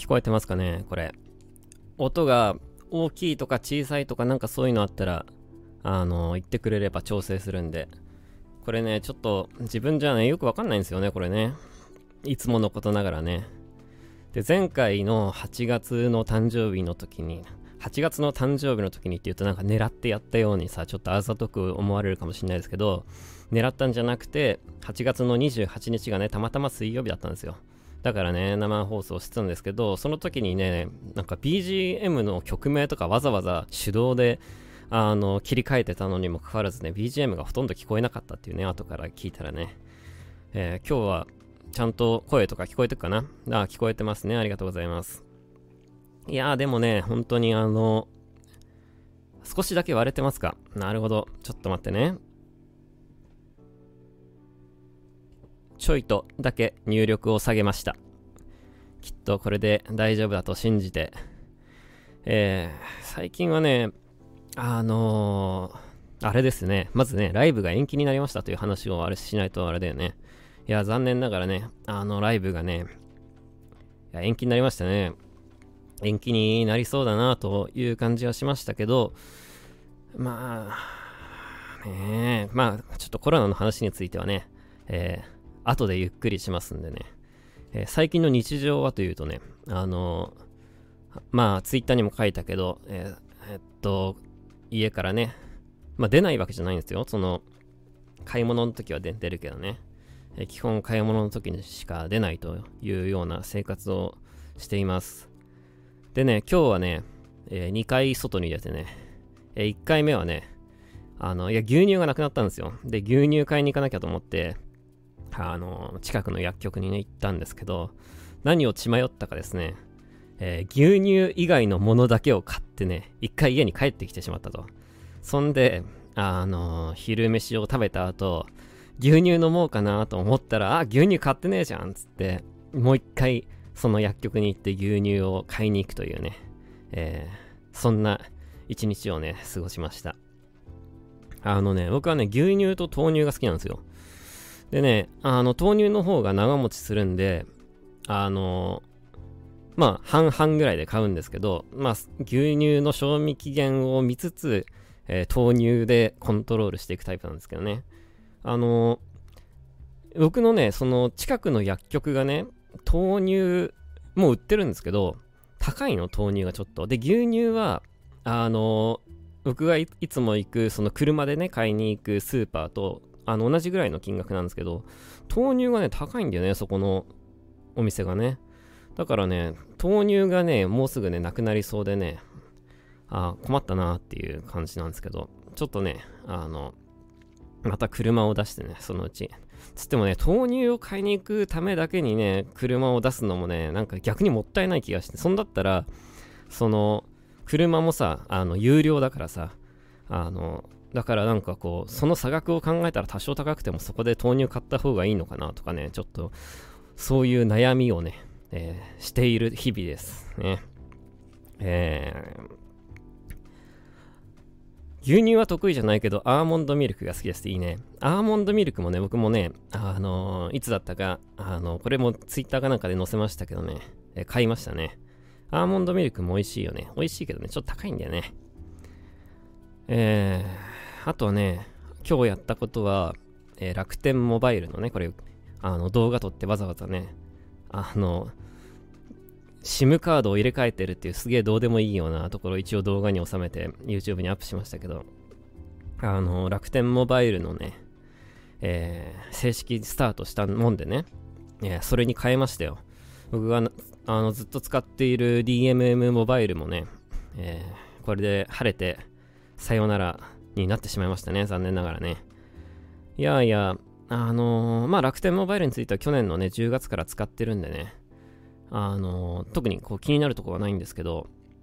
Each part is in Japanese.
こえてますかねこれ。音が大きいとか小さいとかなんかそういうのあったら、言ってくれれば調整するんで。これね、ちょっと自分じゃね、よくわかんないんですよね、これね。いつものことながらね。で、前回の8月の誕生日の時にって言うとなんか狙ってやったようにさ、ちょっとあざとく思われるかもしれないですけど、狙ったんじゃなくて、8月の28日がね、たまたま水曜日だったんですよ。だからね、生放送してたんですけど、その時にね、なんか BGM の曲名とかわざわざ手動で、切り替えてたのにもかかわらずね、BGM がほとんど聞こえなかったっていうね、後から聞いたらね、今日はちゃんと声とか聞こえてるかな？聞こえてますね。ありがとうございます。いやーでもね、本当に少しだけ割れてますか？なるほど。ちょっと待ってね。ちょいとだけ入力を下げました。きっとこれで大丈夫だと信じて。最近はね、あれですね。まずね、ライブが延期になりましたという話をしないとあれだよね。いや、残念ながらね、ライブがね、延期になりましたね。延期になりそうだなという感じはしましたけど、まあ、ちょっとコロナの話についてはね、後でゆっくりしますんでね。最近の日常はというとね、ツイッターにも書いたけど、家からね、出ないわけじゃないんですよ。その、買い物の時は出るけどね。基本買い物の時にしか出ないというような生活をしています。でね、今日はね、2回外に出てね、1回目はね、牛乳がなくなったんですよ。で、牛乳買いに行かなきゃと思って、近くの薬局にね、行ったんですけど、何を血迷ったかですね、牛乳以外のものだけを買ってね、1回家に帰ってきてしまったと。そんで、昼飯を食べた後、牛乳飲もうかなと思ったら、牛乳買ってねえじゃんつって、もう1回、その薬局に行って牛乳を買いに行くというね、そんな一日をね、過ごしました。僕はね、牛乳と豆乳が好きなんですよ。でね、豆乳の方が長持ちするんで、半々ぐらいで買うんですけど、牛乳の賞味期限を見つつ、豆乳でコントロールしていくタイプなんですけどね。僕のね、その近くの薬局がね、豆乳も売ってるんですけど、高いの、豆乳がちょっと。で、牛乳は、僕が いつも行く、その車でね、買いに行くスーパーと、同じぐらいの金額なんですけど、豆乳がね、高いんだよね、そこのお店がね。だからね、豆乳がね、もうすぐね、なくなりそうでね、困ったなっていう感じなんですけど、ちょっとね、また車を出してね、そのうち。つってもね、豆乳を買いに行くためだけにね、車を出すのもね、なんか逆にもったいない気がして、そんだったら、その、車もさ、有料だからさ、だからなんかこう、その差額を考えたら多少高くてもそこで豆乳買った方がいいのかなとかね、ちょっと、そういう悩みをね、している日々ですね。牛乳は得意じゃないけど、アーモンドミルクが好きです。いいね。アーモンドミルクもね、僕もね、いつだったか、これもツイッターかなんかで載せましたけどね、買いましたね。アーモンドミルクも美味しいよね。美味しいけどね、ちょっと高いんだよね。あとはね、今日やったことは、楽天モバイルのね、これ、動画撮ってわざわざね、SIM カードを入れ替えてるっていうすげえどうでもいいようなところを一応動画に収めて YouTube にアップしましたけど、楽天モバイルのね、正式スタートしたもんでね、それに変えましたよ。僕がずっと使っている DMM モバイルもね、これで晴れてさよならになってしまいましたね。残念ながらね。いやいや、楽天モバイルについては去年のね、10月から使ってるんでね、特にこう気になるところはないんですけど、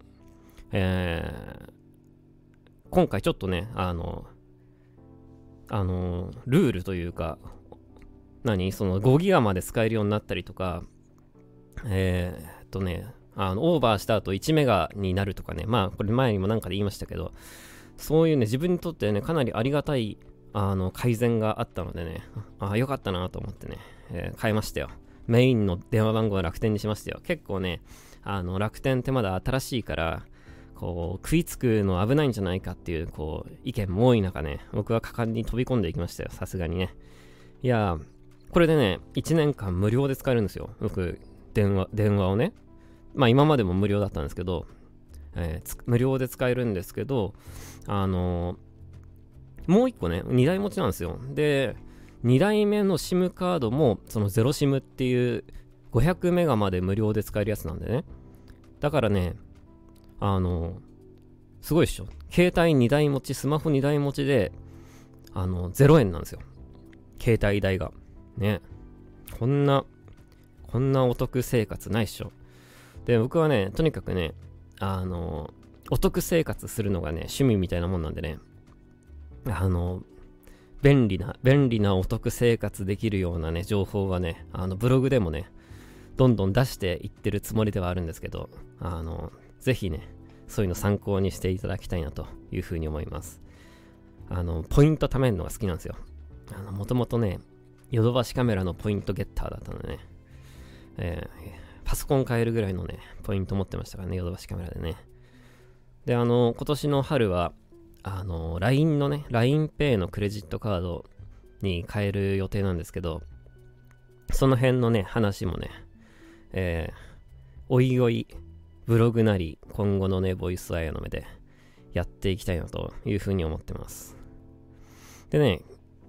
今回ちょっとね、ルールというか、その5ギガまで使えるようになったりとか、オーバーした後1メガになるとかね、これ前にもなんかで言いましたけど、そういうね、自分にとってね、かなりありがたい、改善があったのでね、よかったなと思ってね、変えましたよ。メインの電話番号は楽天にしましたよ。結構ね、 楽天ってまだ新しいから、こう、食いつくの危ないんじゃないかっていう、こう、意見も多い中ね、僕は果敢に飛び込んでいきましたよ、さすがにね。いやこれでね、1年間無料で使えるんですよ。僕、電話をね。まあ今までも無料だったんですけど、無料で使えるんですけど、もう一個ね、2台持ちなんですよ。で、2台目の SIM カードも、そのゼロ SIM っていう500メガまで無料で使えるやつなんでね。だからね、すごいっしょ。携帯2台持ち、スマホ2台持ちで、0円なんですよ。携帯代が。ね。こんなお得生活ないっしょ。で、僕はね、とにかくね、お得生活するのがね、趣味みたいなもんなんでね、便利なお得生活できるようなね、情報はね、ブログでもね、どんどん出していってるつもりではあるんですけど、ぜひね、そういうの参考にしていただきたいなというふうに思います。ポイント貯めるのが好きなんですよ。もともとね、ヨドバシカメラのポイントゲッターだったのでね、パソコン買えるぐらいのね、ポイント持ってましたからね、ヨドバシカメラでね。で、今年の春は、LINE のね、LINEPay のクレジットカードに変える予定なんですけど、その辺のね、話もね、おいおい、ブログなり、今後のね、ボイスアイアの目でやっていきたいなというふうに思ってます。でね、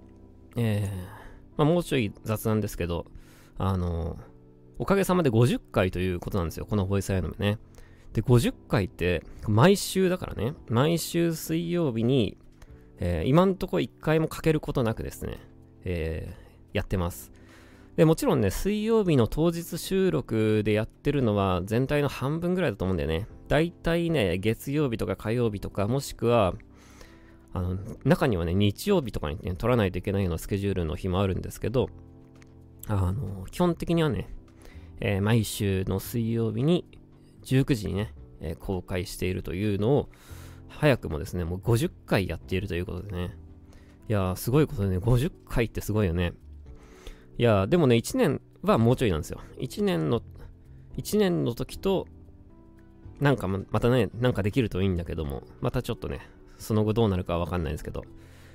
もうちょい雑談ですけど、おかげさまで50回ということなんですよ、このボイスアイアの目ね。で、50回って毎週だからね、毎週水曜日に、今んとこ1回もかけることなくですね、やってます。で、もちろんね、水曜日の当日収録でやってるのは全体の半分ぐらいだと思うんだよね。だいたいね、月曜日とか火曜日とか、もしくは、中にはね、日曜日とかに、ね、撮らないといけないようなスケジュールの日もあるんですけど、基本的にはね、毎週の水曜日に19時にね、公開しているというのを、早くもですね、もう50回やっているということでね。いやー、すごいことでね、50回ってすごいよね。いやー、でもね、1年はもうちょいなんですよ。1年の時と、なんかまたね、なんかできるといいんだけども、またちょっとね、その後どうなるかはわかんないですけど、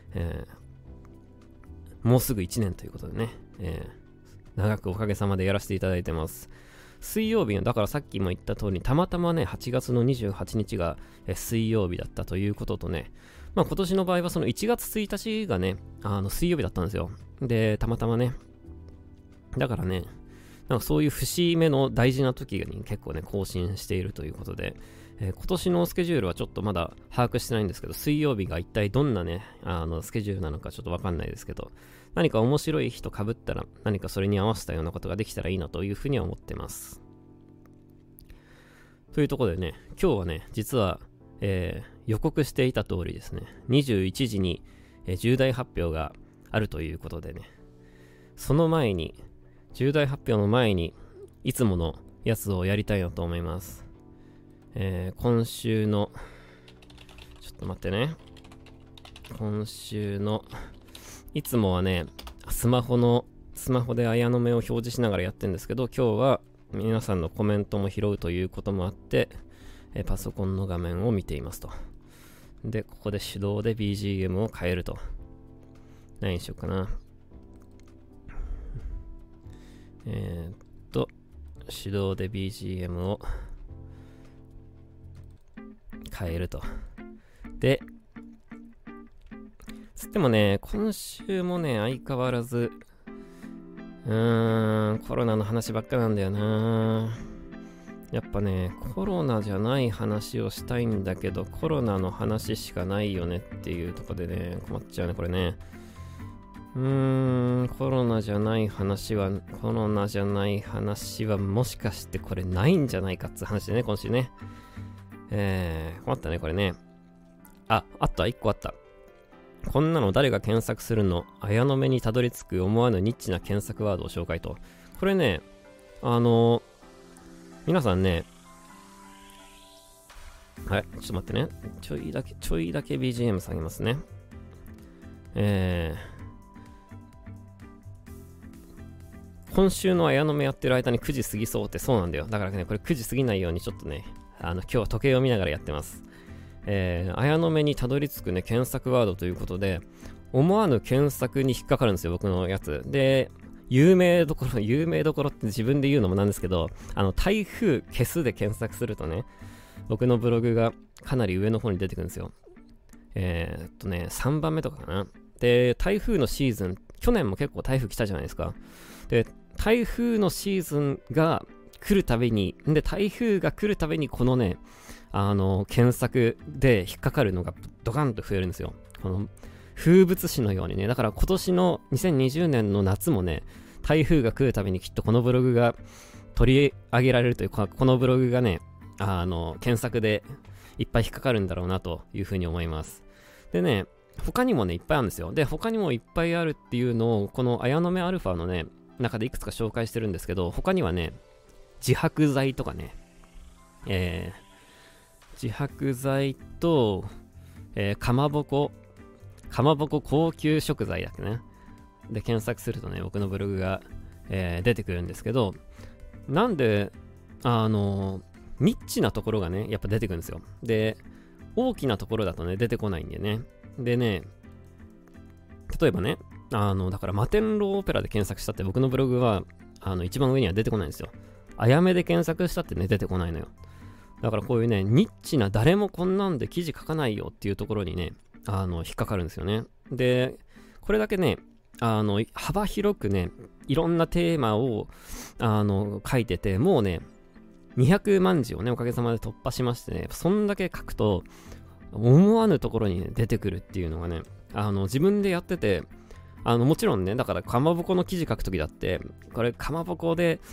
もうすぐ1年ということでね、長くおかげさまでやらせていただいてます。水曜日の、だからさっきも言った通り、たまたまね、8月の28日が水曜日だったということとね、まあ今年の場合はその1月1日がね、水曜日だったんですよ。で、たまたまね、だからね、なんかそういう節目の大事な時に結構ね、更新しているということで、今年のスケジュールはちょっとまだ把握してないんですけど、水曜日が一体どんなね、スケジュールなのかちょっとわかんないですけど、何か面白い日と被ったら、何かそれに合わせたようなことができたらいいなというふうには思ってます。というところでね、今日はね、実は、予告していた通りですね、21時に、重大発表があるということでね、その前に、重大発表の前に、いつものやつをやりたいなと思います。今週の、ちょっと待ってね。今週の、いつもはね、スマホで綾の目を表示しながらやってるんですけど、今日は皆さんのコメントも拾うということもあって、パソコンの画面を見ていますと。で、ここで手動で BGM を変えると。何にしようかな。手動で BGM を変えると。で、つってもね、今週もね、相変わらず、コロナの話ばっかなんだよな。やっぱね、コロナじゃない話をしたいんだけど、コロナの話しかないよねっていうところでね、困っちゃうね、これね。コロナじゃない話はもしかしてこれないんじゃないかって話でね、今週ね。困ったね、これね。あった、1個あった。こんなの誰が検索するの？綾の目にたどり着く思わぬニッチな検索ワードを紹介と。これね、皆さんね、はい、ちょっと待ってね。ちょいだけ BGM 下げますね。 今週の綾野目やってる間に9時過ぎそうってそうなんだよ。だからね、これ9時過ぎないようにちょっとね、今日は時計を見ながらやってます。綾野目にたどり着くね、検索ワードということで、思わぬ検索に引っかかるんですよ、僕のやつ。で、有名どころって自分で言うのもなんですけど、台風消すで検索するとね、僕のブログがかなり上の方に出てくるんですよ。3番目とかかな。で、台風のシーズン、去年も結構台風来たじゃないですか。で、台風のシーズンが来るたびに、台風が来るたびにこのね、検索で引っかかるのがドカンと増えるんですよ。この風物詩のようにね。だから今年の2020年の夏もね、台風が来るたびにきっとこのブログが取り上げられるというか、このブログがね、検索でいっぱい引っかかるんだろうなというふうに思います。でね、他にもね、いっぱいあるんですよ。で、他にもいっぱいあるっていうのを、この綾野目アルファのね、中でいくつか紹介してるんですけど、他にはね、自白剤とかね、自白剤と、かまぼこ高級食材だっけね。で、検索するとね、僕のブログが、出てくるんですけど、なんで、ニッチなところがね、やっぱ出てくるんですよ。で、大きなところだとね、出てこないんでね。でね、例えばね、だから摩天楼オペラで検索したって僕のブログは、一番上には出てこないんですよ。あやめで検索したってね、出てこないのよ。だからこういうね、ニッチな誰もこんなんで記事書かないよっていうところにね、引っかかるんですよね。で、これだけね、幅広くね、いろんなテーマを、書いてて、もうね、200万字をね、おかげさまで突破しましてね、そんだけ書くと、思わぬところに、ね、出てくるっていうのがね、自分でやってて、もちろんね、だからかまぼこの記事書くときだって、これかまぼこで、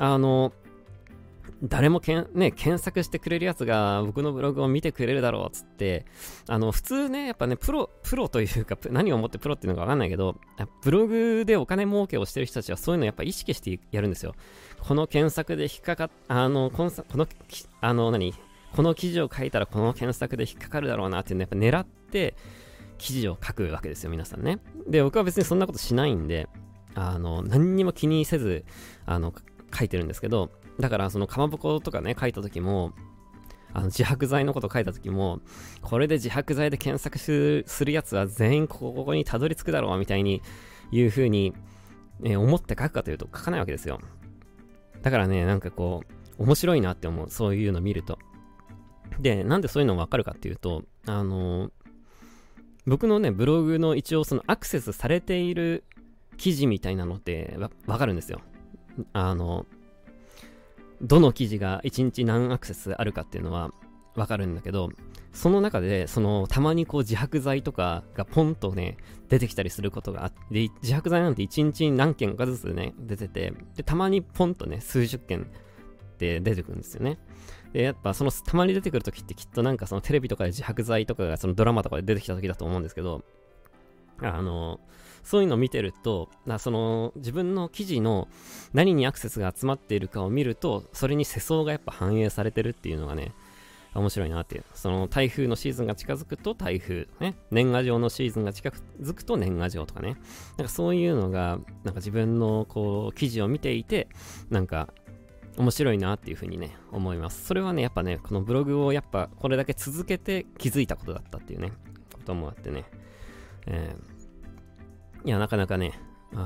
誰も検索してくれるやつが僕のブログを見てくれるだろうっつって、普通ね、やっぱね、プロというか、何をもってプロっていうのかわかんないけど、ブログでお金儲けをしてる人たちはそういうのやっぱ意識してやるんですよ。この検索で引っかかっ、この記事を書いたらこの検索で引っかかるだろうなっていうのをやっぱ狙って記事を書くわけですよ、皆さんね。で、僕は別にそんなことしないんで、何にも気にせず、書いてるんですけど、だからそのかまぼことかね、書いた時も、自白剤のこと書いた時も、これで自白剤で検索するやつは全員ここにたどり着くだろうみたいにいう風に、思って書くかというと書かないわけですよ。だからね、なんかこう、面白いなって思う。そういうの見ると。で、なんでそういうの分かるかっていうと、僕のね、ブログの一応そのアクセスされている記事みたいなのって分かるんですよ。どの記事が1日何アクセスあるかっていうのは分かるんだけど、その中で、たまにこう自白剤とかがポンとね、出てきたりすることがあって、自白剤なんて1日に何件かずつね、出てて、で、たまにポンとね、数十件って出てくるんですよね。で、やっぱたまに出てくるときってきっとなんかテレビとかで自白剤とかがドラマとかで出てきたときだと思うんですけど、そういうのを見てると、自分の記事の何にアクセスが集まっているかを見ると、それに世相がやっぱ反映されてるっていうのがね、面白いなっていう。台風のシーズンが近づくと台風、ね、年賀状のシーズンが近づくと年賀状とかね。なんかそういうのが、なんか自分のこう、記事を見ていて、なんか、面白いなっていうふうにね、思います。それはね、やっぱね、このブログをやっぱこれだけ続けて気づいたことだったっていうね、こともあってね。いや、なかなかね、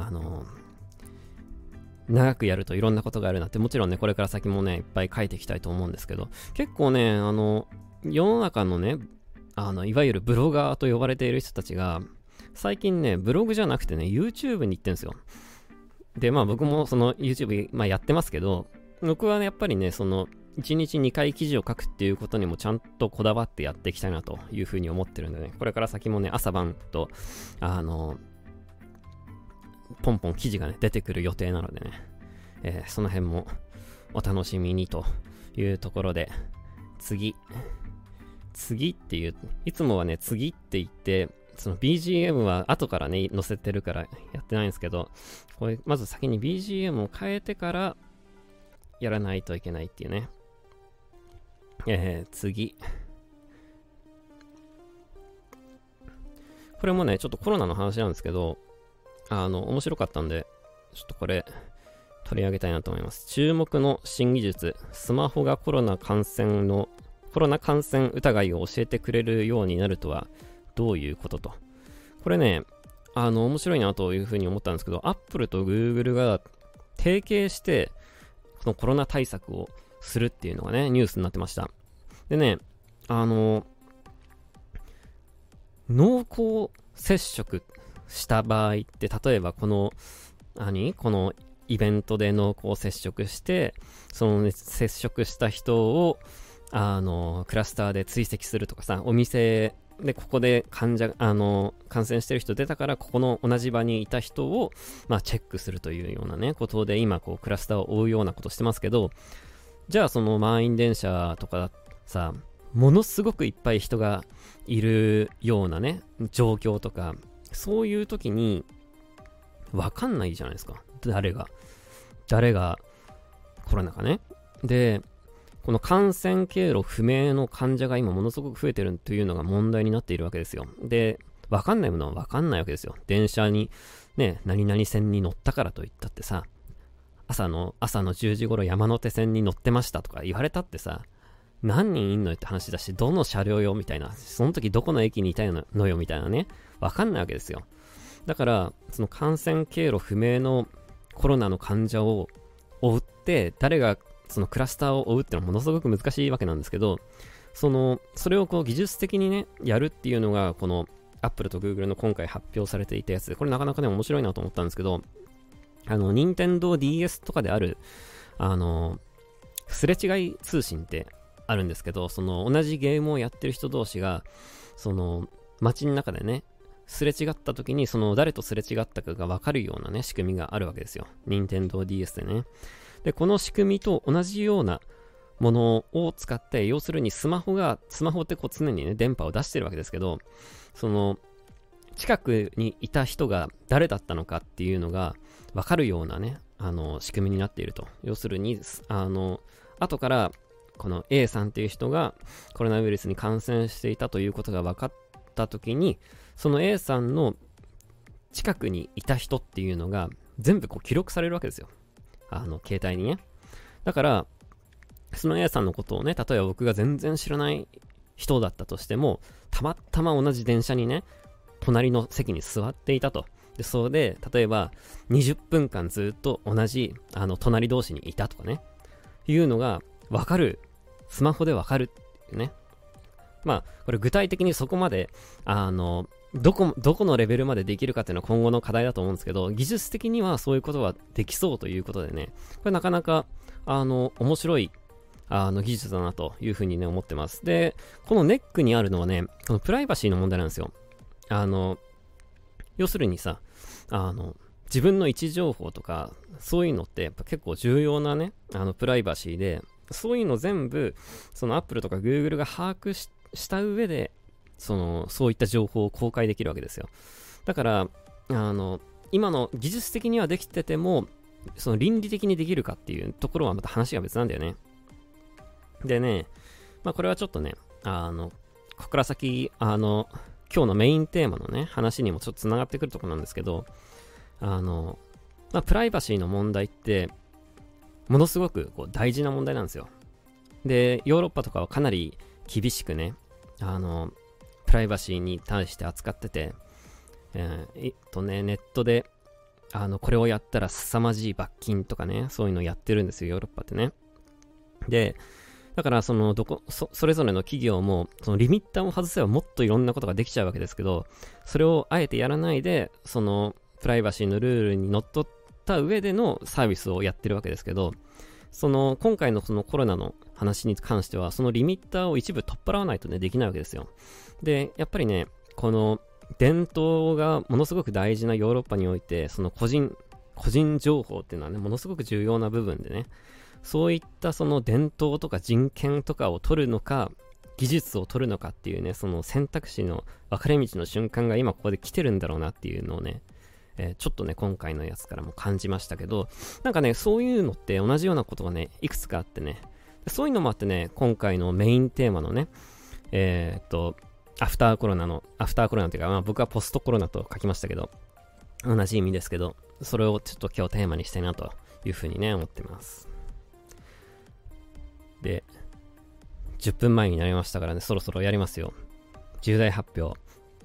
長くやるといろんなことがあるなって、もちろんね、これから先もね、いっぱい書いていきたいと思うんですけど、結構ね、世の中のね、いわゆるブロガーと呼ばれている人たちが、最近ね、ブログじゃなくてね、YouTube に行ってるんですよ。で、まあ僕もYouTube、やってますけど、僕はね、やっぱりね、1日2回記事を書くっていうことにもちゃんとこだわってやっていきたいなというふうに思ってるんでね、これから先もね、朝晩と、ポンポン記事がね、出てくる予定なのでね、その辺もお楽しみにというところで、次っていう、いつもはね、次って言って、BGM は後からね、載せてるからやってないんですけど、これ、まず先に BGM を変えてからやらないといけないっていうね。次。これもね、ちょっとコロナの話なんですけど、面白かったんで、ちょっとこれ、 取り上げたいなと思います。注目の新技術、スマホがコロナ感染疑いを教えてくれるようになるとはどういうことと。これね、面白いなというふうに思ったんですけど、Apple と Google が提携して、このコロナ対策をするっていうのがね、ニュースになってました。でね、濃厚接触した場合って、例えばこのイベントで濃厚接触して、その、ね、接触した人を、クラスターで追跡するとかさ、お店でここで感染してる人出たから、ここの同じ場にいた人を、チェックするというようなね、ことで今、クラスターを追うようなことしてますけど、じゃあその満員電車とかさ、ものすごくいっぱい人がいるようなね、状況とか、そういう時に、わかんないじゃないですか。誰がコロナかね。で、この感染経路不明の患者が今ものすごく増えてるというのが問題になっているわけですよ。で、わかんないものはわかんないわけですよ。電車にね、何々線に乗ったからといったってさ、朝の10時頃山手線に乗ってましたとか言われたってさ、何人いんのよって話だし、どの車両よみたいな、その時どこの駅にいたのよみたいなね、わかんないわけですよ。だから、その感染経路不明のコロナの患者を追って、誰がそのクラスターを追うってのはものすごく難しいわけなんですけど、それを技術的にね、やるっていうのが、この Apple と Google の今回発表されていたやつで、これなかなかね、面白いなと思ったんですけど、任天堂 DS とかである、すれ違い通信ってあるんですけど、その同じゲームをやってる人同士が、その街の中でね、すれ違った時に、その誰とすれ違ったかが分かるようなね、仕組みがあるわけですよ。任天堂 DS でね。で、この仕組みと同じようなものを使って、要するにスマホって常にね、電波を出してるわけですけど、その、近くにいた人が誰だったのかっていうのが分かるようなね、仕組みになっていると。要するに、後から、この A さんっていう人がコロナウイルスに感染していたということが分かった時に、その A さんの近くにいた人っていうのが全部記録されるわけですよ。携帯にね。だから、その A さんのことをね、例えば僕が全然知らない人だったとしても、たまたま同じ電車にね、隣の席に座っていたと。で、それで、例えば20分間ずっと同じ、隣同士にいたとかね、いうのがわかる。スマホでわかるっていうね。これ具体的にそこまで、どこのレベルまでできるかっていうのは今後の課題だと思うんですけど、技術的にはそういうことはできそうということでね、これなかなか、面白い、技術だなというふうにね、思ってます。で、このネックにあるのはね、このプライバシーの問題なんですよ。要するにさ、自分の位置情報とか、そういうのってやっぱ結構重要なね、プライバシーで、そういうの全部、その Apple とか Google が把握した上で、そういった情報を公開できるわけですよ。だから、今の技術的にはできてても、その倫理的にできるかっていうところはまた話が別なんだよね。でね、これはちょっとね、ここから先、今日のメインテーマのね、話にもちょっとつながってくるところなんですけど、プライバシーの問題って、ものすごく大事な問題なんですよ。で、ヨーロッパとかはかなり厳しくね、プライバシーに対して扱ってて、ネットで、これをやったら凄まじい罰金とかね、そういうのをやってるんですよ、ヨーロッパってね。で、だからそれぞれの企業も、そのリミッターを外せばもっといろんなことができちゃうわけですけど、それをあえてやらないで、そのプライバシーのルールにのっとった上でのサービスをやってるわけですけど、今回のそのコロナの話に関しては、そのリミッターを一部取っ払わないとね、できないわけですよ。で、やっぱりね、この伝統がものすごく大事なヨーロッパにおいて、その個人情報っていうのはね、ものすごく重要な部分でね、そういったその伝統とか人権とかを取るのか、技術を取るのかっていうね、その選択肢の分かれ道の瞬間が今ここで来てるんだろうなっていうのをね、ちょっとね、今回のやつからも感じましたけど、なんかね、そういうのって同じようなことがね、いくつかあってね、そういうのもあってね、今回のメインテーマのね、アフターコロナっていうか、僕はポストコロナと書きましたけど、同じ意味ですけど、それをちょっと今日テーマにしたいなというふうにね、思ってます。で、10分前になりましたからね、そろそろやりますよ。重大発表。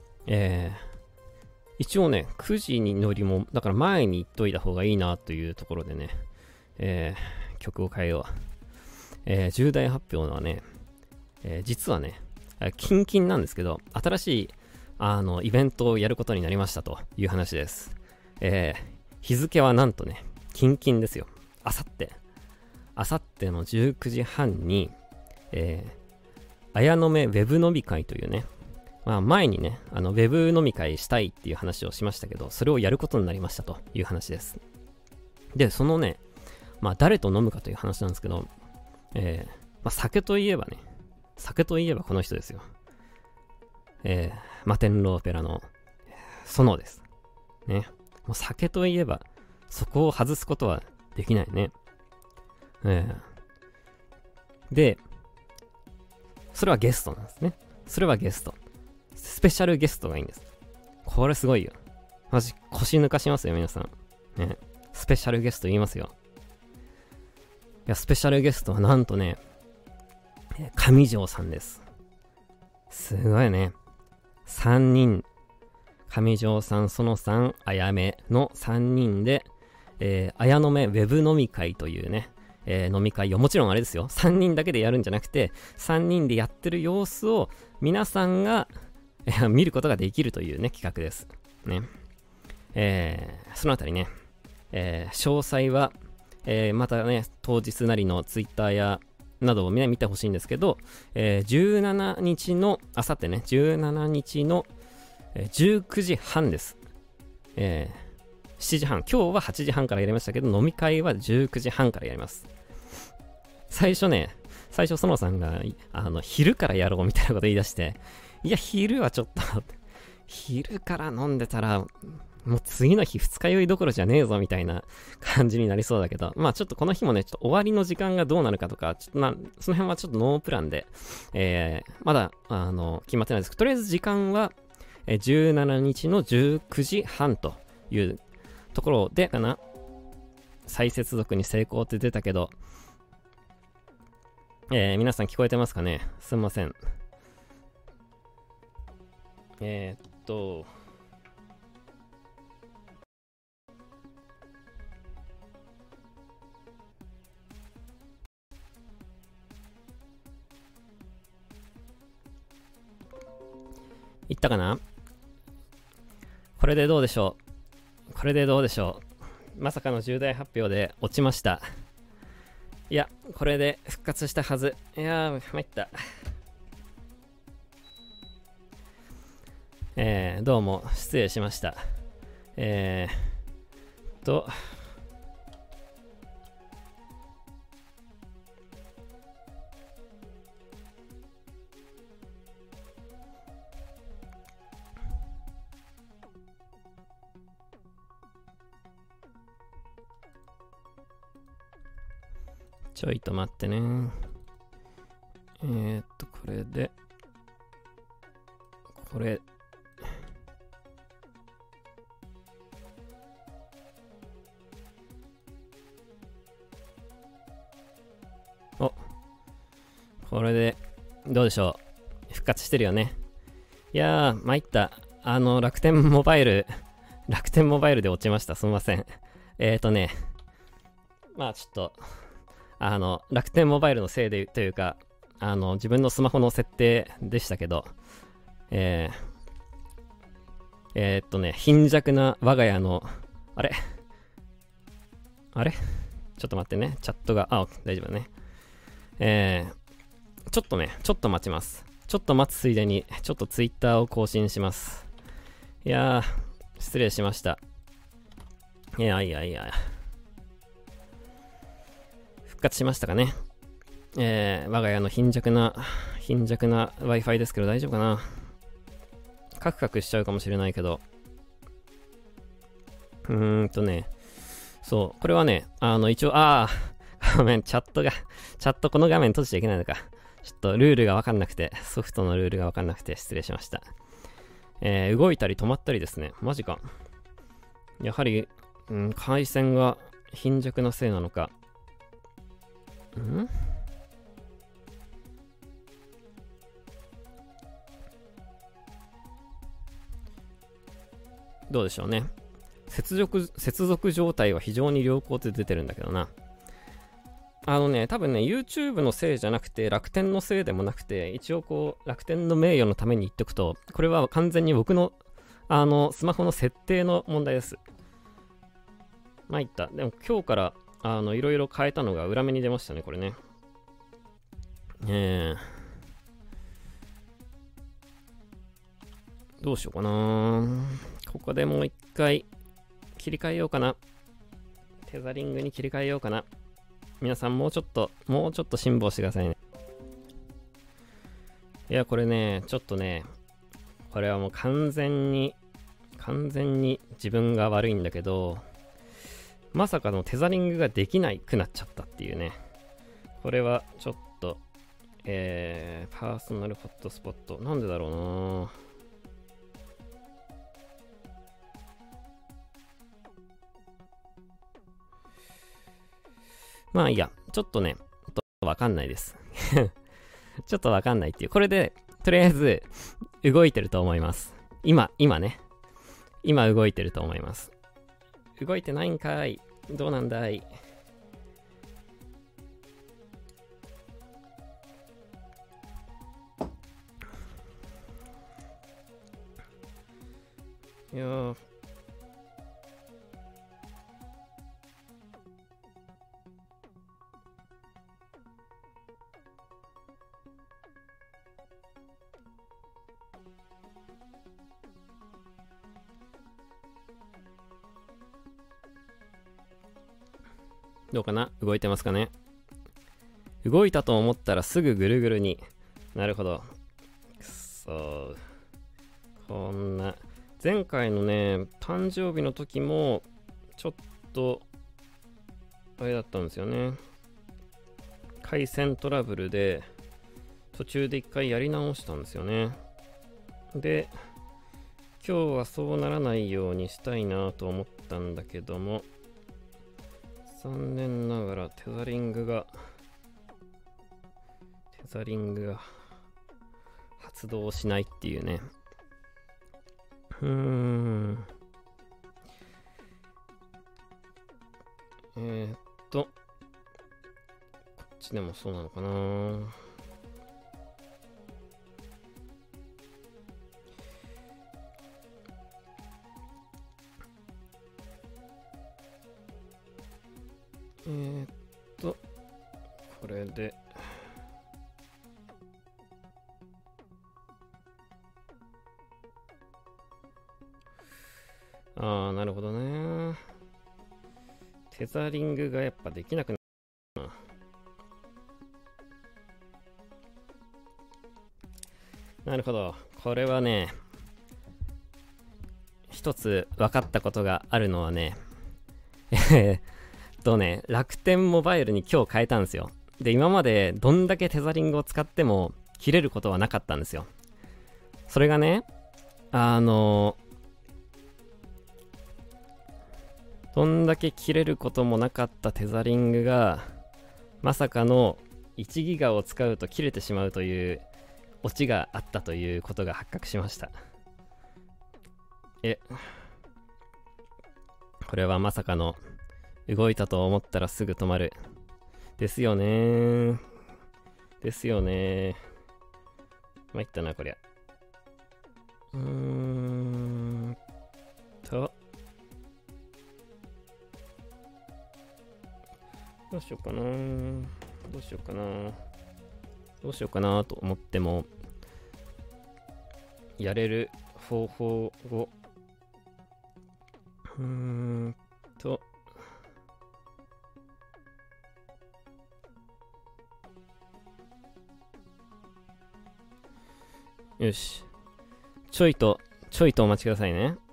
一応ね、9時に乗りも、だから前に言っといた方がいいなというところでね、曲を変えよう。重大発表のはね、実はね、キンキンなんですけど、新しいイベントをやることになりましたという話です。日付はなんとね、キンキンですよ。あさっての19時半に、綾の目ウェブ飲み会というね、まあ前にね、ウェブ飲み会したいっていう話をしましたけど、それをやることになりましたという話です。で、そのね、まあ誰と飲むかという話なんですけど、まあ酒といえばこの人ですよ。摩天楼オペラの園です。ね。もう酒といえば、そこを外すことはできないね。で、それはゲストなんですね。それはゲスト。スペシャルゲストがいいんです。これすごいよ。マジ腰抜かしますよ、皆さん。ね。スペシャルゲスト言いますよ。いや、スペシャルゲストはなんとね、上条さんです。すごいね。3人、上条さん、園さん、あやめの3人で、綾の目ウェブ飲み会というね、飲み会をもちろんあれですよ。3人だけでやるんじゃなくて、3人でやってる様子を皆さんが見ることができるというね、企画です。ね。そのあたりね、詳細は、またね、当日なりのツイッターやなどを見てほしいんですけど、17日の、あさってね、17日の、19時半です。7時半。今日は8時半からやりましたけど、飲み会は19時半からやります。最初、園さんが、昼からやろうみたいなこと言い出して、いや、昼はちょっと、昼から飲んでたら、もう次の日二日酔いどころじゃねえぞみたいな感じになりそうだけど、まあちょっとこの日もね、ちょっと終わりの時間がどうなるかとか、ちょっとその辺はちょっとノープランで、まだ、決まってないですけど、とりあえず時間は、17日の19時半というところでかな。再接続に成功って出たけど、皆さん聞こえてますかね？すんません。いったかな？これでどうでしょう？まさかの重大発表で落ちました。いや、これで復活したはず。いやー、参った。どうも失礼しました。ちょいと待ってね。これで、これ、これで、どうでしょう。復活してるよね。いやー、参った。楽天モバイルで落ちました。すみません。まあちょっと、楽天モバイルのせいでというか、自分のスマホの設定でしたけど、貧弱な我が家の、あれちょっと待ってね。チャットが、大丈夫だね。ちょっと待ちます。ちょっと待つついでに、ちょっとツイッターを更新します。いやー、失礼しました。いや。復活しましたかね。我が家の貧弱な Wi-Fi ですけど大丈夫かな。カクカクしちゃうかもしれないけど。そう、これはね、一応、ごめん、チャットこの画面閉じちゃいけないのか。ちょっとルールがわかんなくて、ソフトのルールがわかんなくて失礼しました。動いたり止まったりですね。マジか。やはり、回線が貧弱のせいなのか。どうでしょうね。接続状態は非常に良好って出てるんだけどな。多分ね、YouTube のせいじゃなくて、楽天のせいでもなくて、一応こう、楽天の名誉のために言っておくと、これは完全に僕の、スマホの設定の問題です。参った。でも今日から、いろいろ変えたのが裏目に出ましたね、これね。どうしようかな。ここでもう一回、切り替えようかな。テザリングに切り替えようかな。皆さんもうちょっと辛抱してくださいね。いや、これね、ちょっとね、これはもう完全に自分が悪いんだけど、まさかのテザリングができなくなっちゃったっていうね。これはちょっと、パーソナルホットスポット。なんでだろうな。まあいいや、ちょっとね、わかんないです。ちょっとわかんないっていう。これで、とりあえず、動いてると思います。今ね。今動いてると思います。動いてないんかい。どうなんだい。いやー。どうかな？動いてますかね？動いたと思ったらすぐぐるぐるに。なるほど。くそー。こんな。前回のね、誕生日の時も、ちょっと、あれだったんですよね。回線トラブルで、途中で一回やり直したんですよね。で、今日はそうならないようにしたいなと思ったんだけども、残念ながらテザリングが発動しないっていうね。こっちでもそうなのかな。これでなるほどね。テザリングがやっぱできなくなるな。なるほど。これはね、一つ分かったことがあるのはね、楽天モバイルに今日変えたんですよ。で、今までどんだけテザリングを使っても切れることはなかったんですよ。それがね、どんだけ切れることもなかったテザリングが、まさかの1ギガを使うと切れてしまうというオチがあったということが発覚しました。これはまさかの動いたと思ったらすぐ止まる。ですよね。参ったな、こりゃ。どうしようかなと思っても、やれる方法を、よし。ちょいとお待ちくださいね。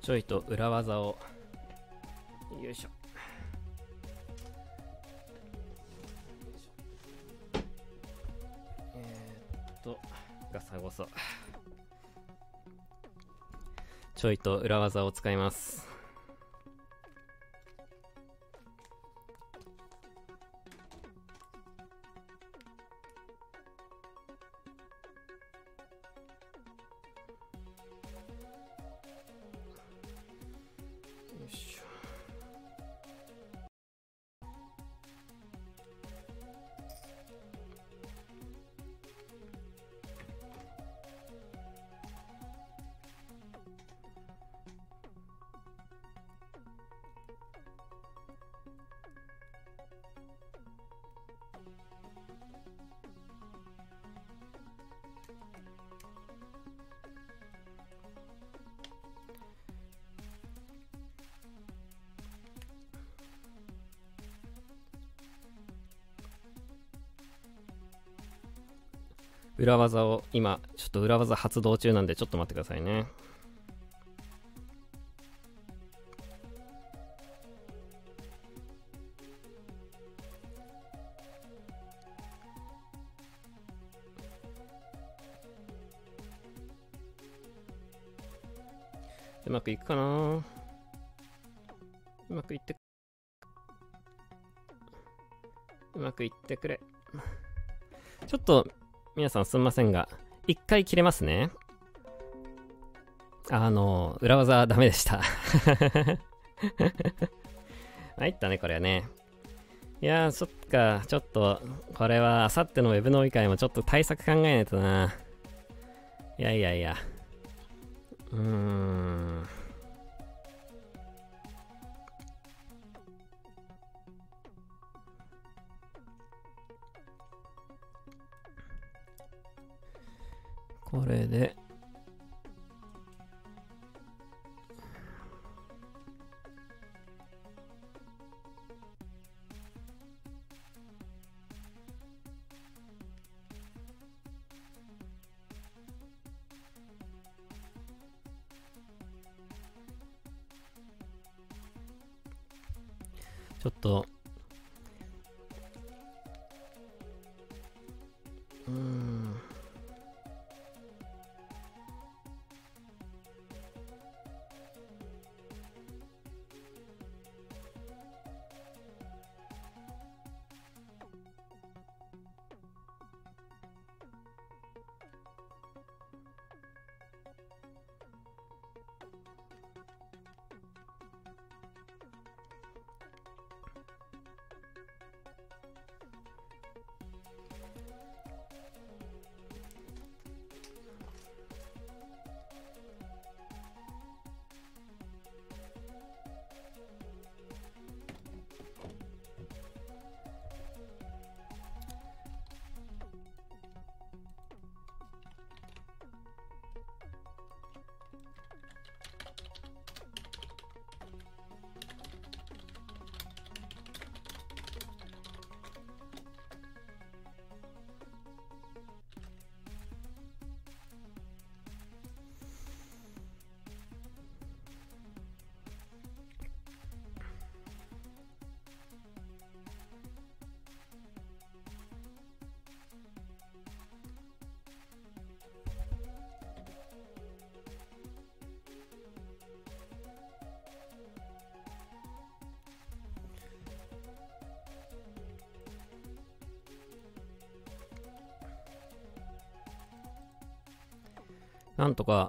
ちょいと裏技を、よいしょ。ガサゴソ。ちょいと裏技を使います。よいしょ。裏技を今ちょっと裏技発動中なんでちょっと待ってくださいね。うまくいくかな。うまくいってくれ。ちょっと皆さんすんませんが、一回切れますね。裏技ダメでした。参ったね、これはね。いやー、そっか、ちょっと、これは、あさってのウェブ農議会もちょっと対策考えないとな。いや。これでちょっとなんとか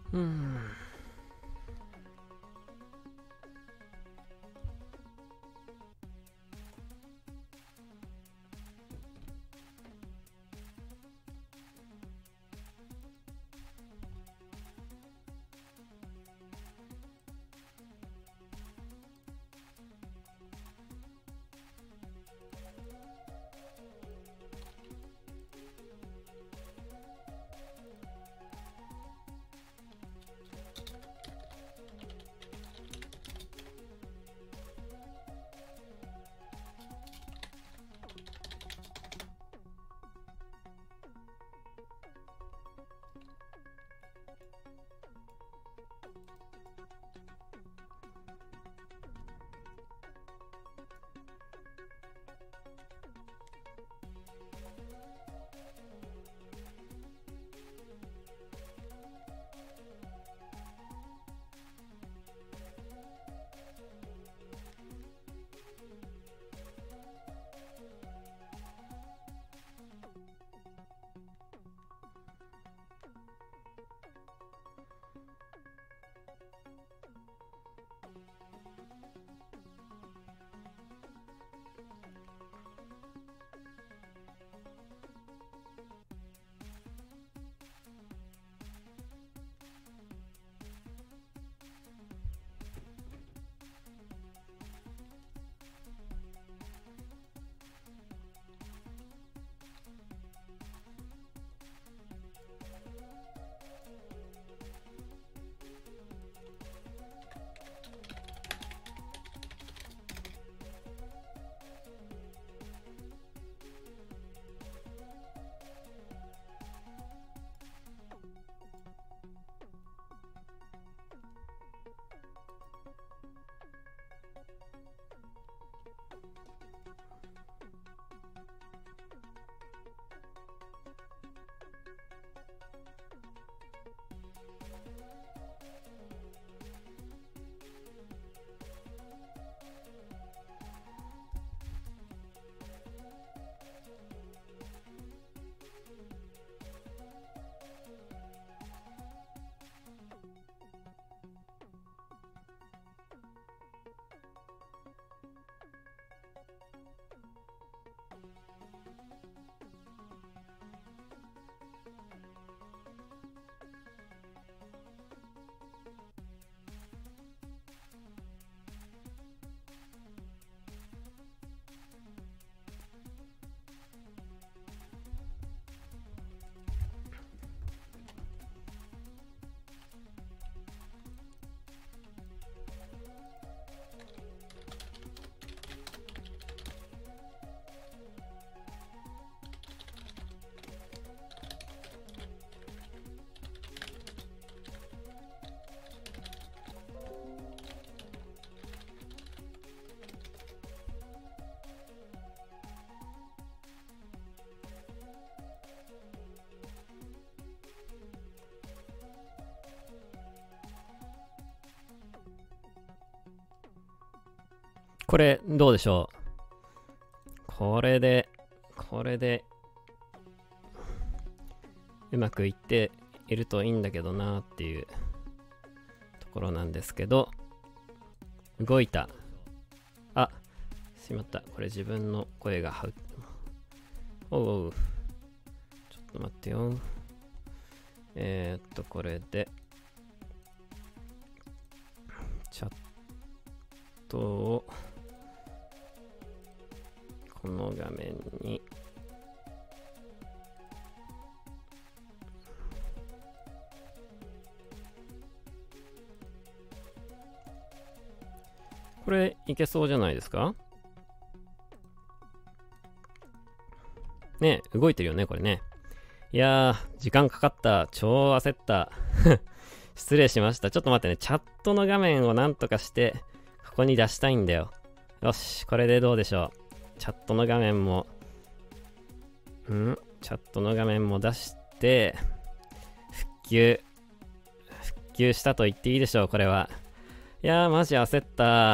うん。これどうでしょう。これでうまくいっているといいんだけどなっていうところなんですけど、動いた。あ、しまった。これ自分の声がおう、ちょっと待ってよ。これでチャットをこの画面にこれいけそうじゃないですかね。動いてるよねこれね。いやー時間かかった。超焦った失礼しました。ちょっと待ってね。チャットの画面をなんとかしてここに出したいんだよ。よし、これでどうでしょう。チャットの画面もチャットの画面も出して復旧したと言っていいでしょう。これはいやーマジ焦った。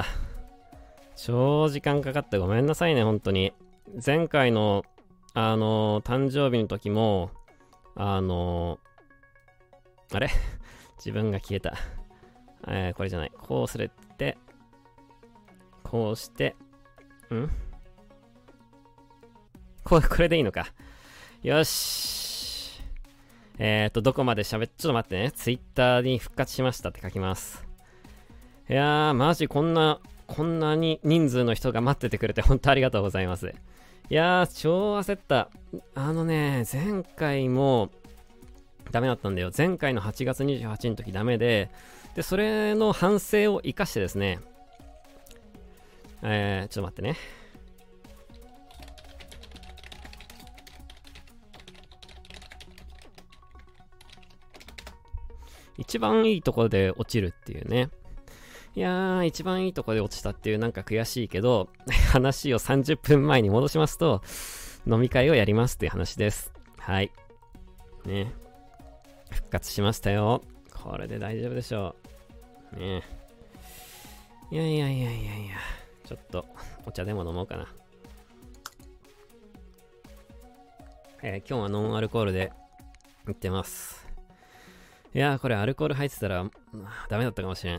超時間かかってごめんなさいね本当に。前回の誕生日の時もあれ自分が消えた。これじゃない。こうするって、こうして、これでいいのか。よし。どこまでちょっと待ってね。ツイッターに復活しましたって書きます。いやー、マジこんなに人数の人が待っててくれて本当ありがとうございます。いやー、超焦った。前回もダメだったんだよ。前回の8月28日の時ダメで、それの反省を生かしてですね、ちょっと待ってね。一番いいところで落ちるっていうね。いやー、一番いいところで落ちたっていうなんか悔しいけど、話を30分前に戻しますと、飲み会をやりますっていう話です。はい。ね。復活しましたよ。これで大丈夫でしょう。ね。いや。ちょっと、お茶でも飲もうかな。今日はノンアルコールでいってます。いやー、これアルコール入ってたら、ダメだったかもしれん。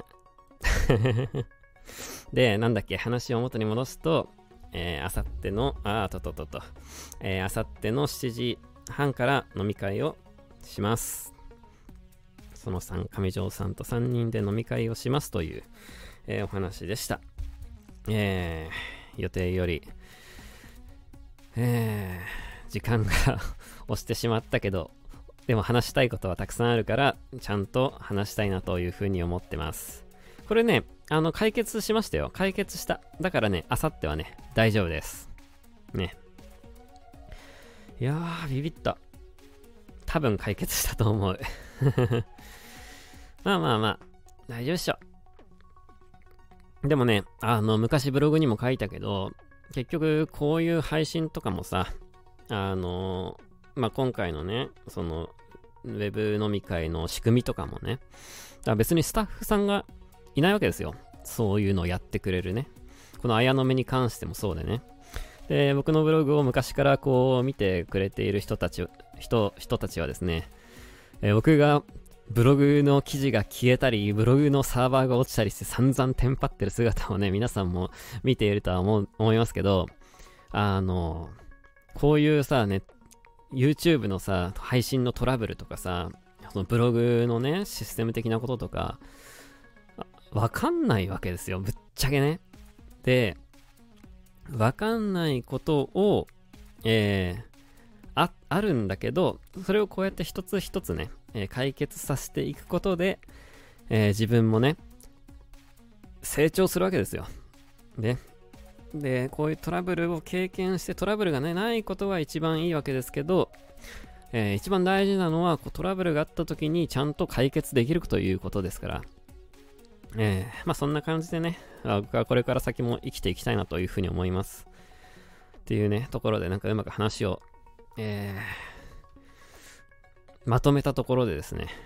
で、なんだっけ、話を元に戻すと、あさっての、あさっての7時半から飲み会をします。その上条さんと3人で飲み会をしますという、お話でした。予定より、時間が押してしまったけど、でも話したいことはたくさんあるから、ちゃんと話したいなというふうに思ってます。これね、解決しましたよ。解決した。だからね、あさってはね、大丈夫です。ね。いやー、ビビった。多分解決したと思う。まあ、大丈夫っしょ。でもね、昔ブログにも書いたけど、結局、こういう配信とかもさ、今回のね、その、ウェブ飲み会の仕組みとかもね、だから別にスタッフさんがいないわけですよ。そういうのをやってくれるね。この綾の目に関してもそうでね。で、僕のブログを昔からこう見てくれている人たちはですね、僕がブログの記事が消えたり、ブログのサーバーが落ちたりして散々テンパってる姿をね、皆さんも見ているとは思いますけど、こういうさ、ね、YouTube のさ、配信のトラブルとかさ、そのブログのね、システム的なこととか、わかんないわけですよ。ぶっちゃけね。で、わかんないことを、あるんだけど、それをこうやって一つ一つね、解決させていくことで、自分もね、成長するわけですよ。で、こういうトラブルを経験して、トラブルがね、ないことは一番いいわけですけど、一番大事なのは、トラブルがあった時にちゃんと解決できるということですから、そんな感じでね、僕はこれから先も生きていきたいなというふうに思います。っていうね、ところでなんかうまく話を、まとめたところでですね、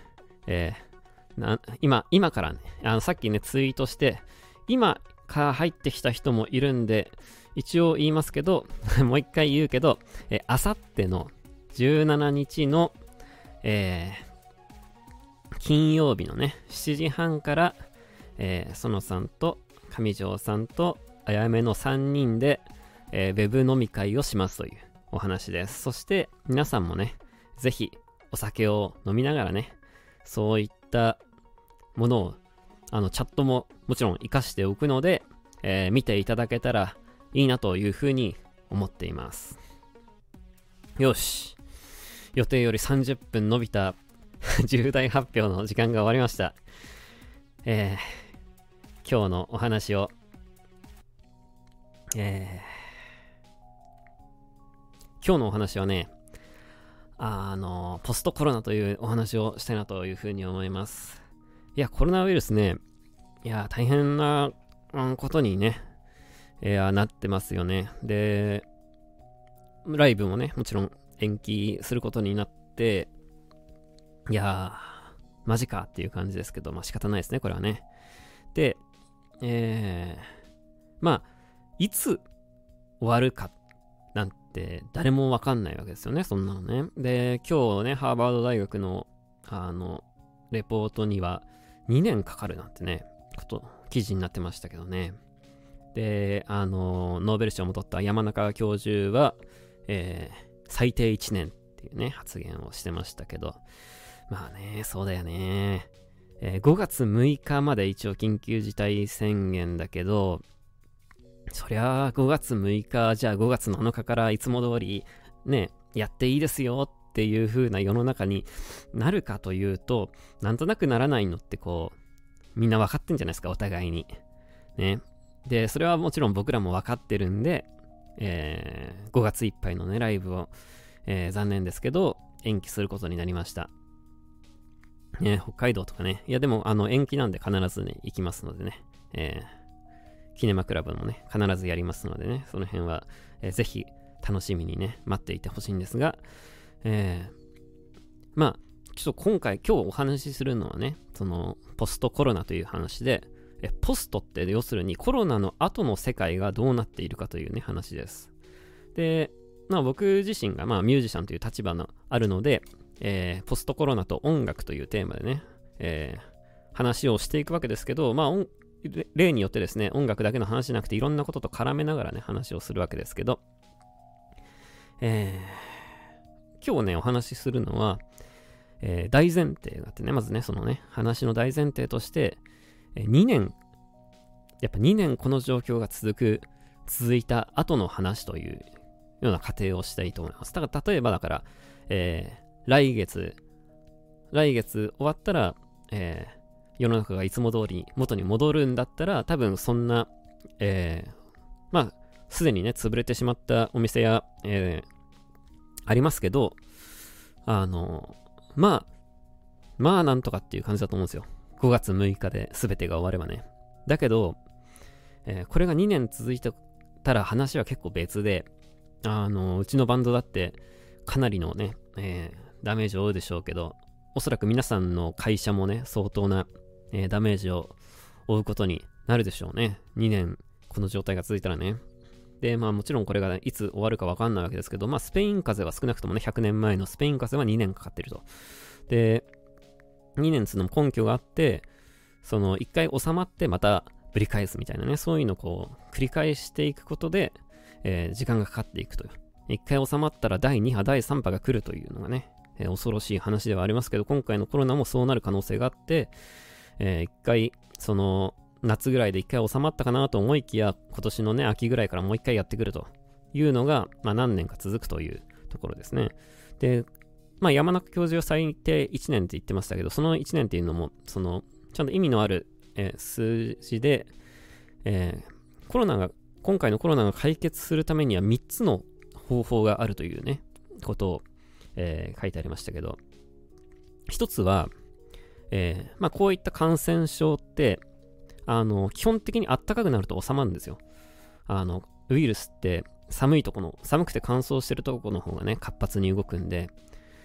今からね、さっきね、ツイートして、今から入ってきた人もいるんで、一応言いますけど、もう一回言うけど、あさっての17日の、金曜日のね、7時半から、園さんと上条さんとあやめの3人で、ウェブ飲み会をしますというお話です。そして皆さんもね、ぜひお酒を飲みながらね、そういったものをチャットももちろん活かしておくので、見ていただけたらいいなというふうに思っています。よし、予定より30分伸びた重大発表の時間が終わりました。今日のお話を、今日のお話はね、ポストコロナというお話をしたいなというふうに思います。いや、コロナウイルスね、いや、大変なことにね、なってますよね。で、ライブもね、もちろん延期することになって、いやー、マジかっていう感じですけど、仕方ないですね、これはね。で、いつ終わるかなんて誰もわかんないわけですよね、そんなのね。で、今日ね、ハーバード大学の、 レポートには2年かかるなんてね、記事になってましたけどね。で、ノーベル賞も取った山中教授は、最低1年っていうね、発言をしてましたけど、まあね、そうだよね。5月6日まで一応緊急事態宣言だけど、そりゃあ5月6日、じゃあ5月7日からいつも通りね、やっていいですよっていう風な世の中になるかというと、なんとなくならないのってこう、みんな分かってんじゃないですか、お互いに。ね。で、それはもちろん僕らも分かってるんで、5月いっぱいのね、ライブを、残念ですけど、延期することになりました。ね、北海道とかね。いや、でも、延期なんで必ずね、行きますのでね。キネマクラブもね、必ずやりますのでね、その辺は、ぜひ楽しみにね、待っていてほしいんですが、まあ、ちょっと今日お話しするのはね、その、ポストコロナという話で、ポストって要するにコロナの後の世界がどうなっているかというね、話です。で、まあ僕自身がまあミュージシャンという立場のあるので、ポストコロナと音楽というテーマでね、話をしていくわけですけど、まあ例によってですね、音楽だけの話じゃなくていろんなことと絡めながらね、話をするわけですけど、今日ね、お話しするのは、大前提があってね、まずね、そのね、話の大前提として、2年、やっぱ2年この状況が続いた後の話というような過程をしたいと思います。だから例えばだから、来月終わったら、世の中がいつも通り元に戻るんだったら、多分そんな、まあ、すでにね、潰れてしまったお店や、ありますけど、まあなんとかっていう感じだと思うんですよ。5月6日で全てが終わればね。だけど、これが2年続いたら話は結構別で、うちのバンドだってかなりのね、ダメージを負うでしょうけど、おそらく皆さんの会社もね、相当な、ダメージを負うことになるでしょうね。2年この状態が続いたらね。で、まあもちろんこれがいつ終わるか分かんないわけですけど、まあスペイン風邪は少なくともね、100年前のスペイン風邪は2年かかってると。で、2年つの根拠があって、その1回収まってまたぶり返すみたいなね、そういうのをこう繰り返していくことで、時間がかかっていくという。1回収まったら第2波、第3波が来るというのがね、恐ろしい話ではありますけど、今回のコロナもそうなる可能性があって、1回、その夏ぐらいで1回収まったかなと思いきや、今年のね、秋ぐらいからもう1回やってくるというのが、まあ何年か続くというところですね。で、まあ山中教授は最低1年って言ってましたけど、その1年っていうのも、その、ちゃんと意味のある、数字で、今回のコロナが解決するためには3つの方法があるというね、ことを、書いてありましたけど、一つは、まあこういった感染症って、基本的に暖かくなると収まるんですよ。ウイルスって寒くて乾燥してるところの方がね、活発に動くんで、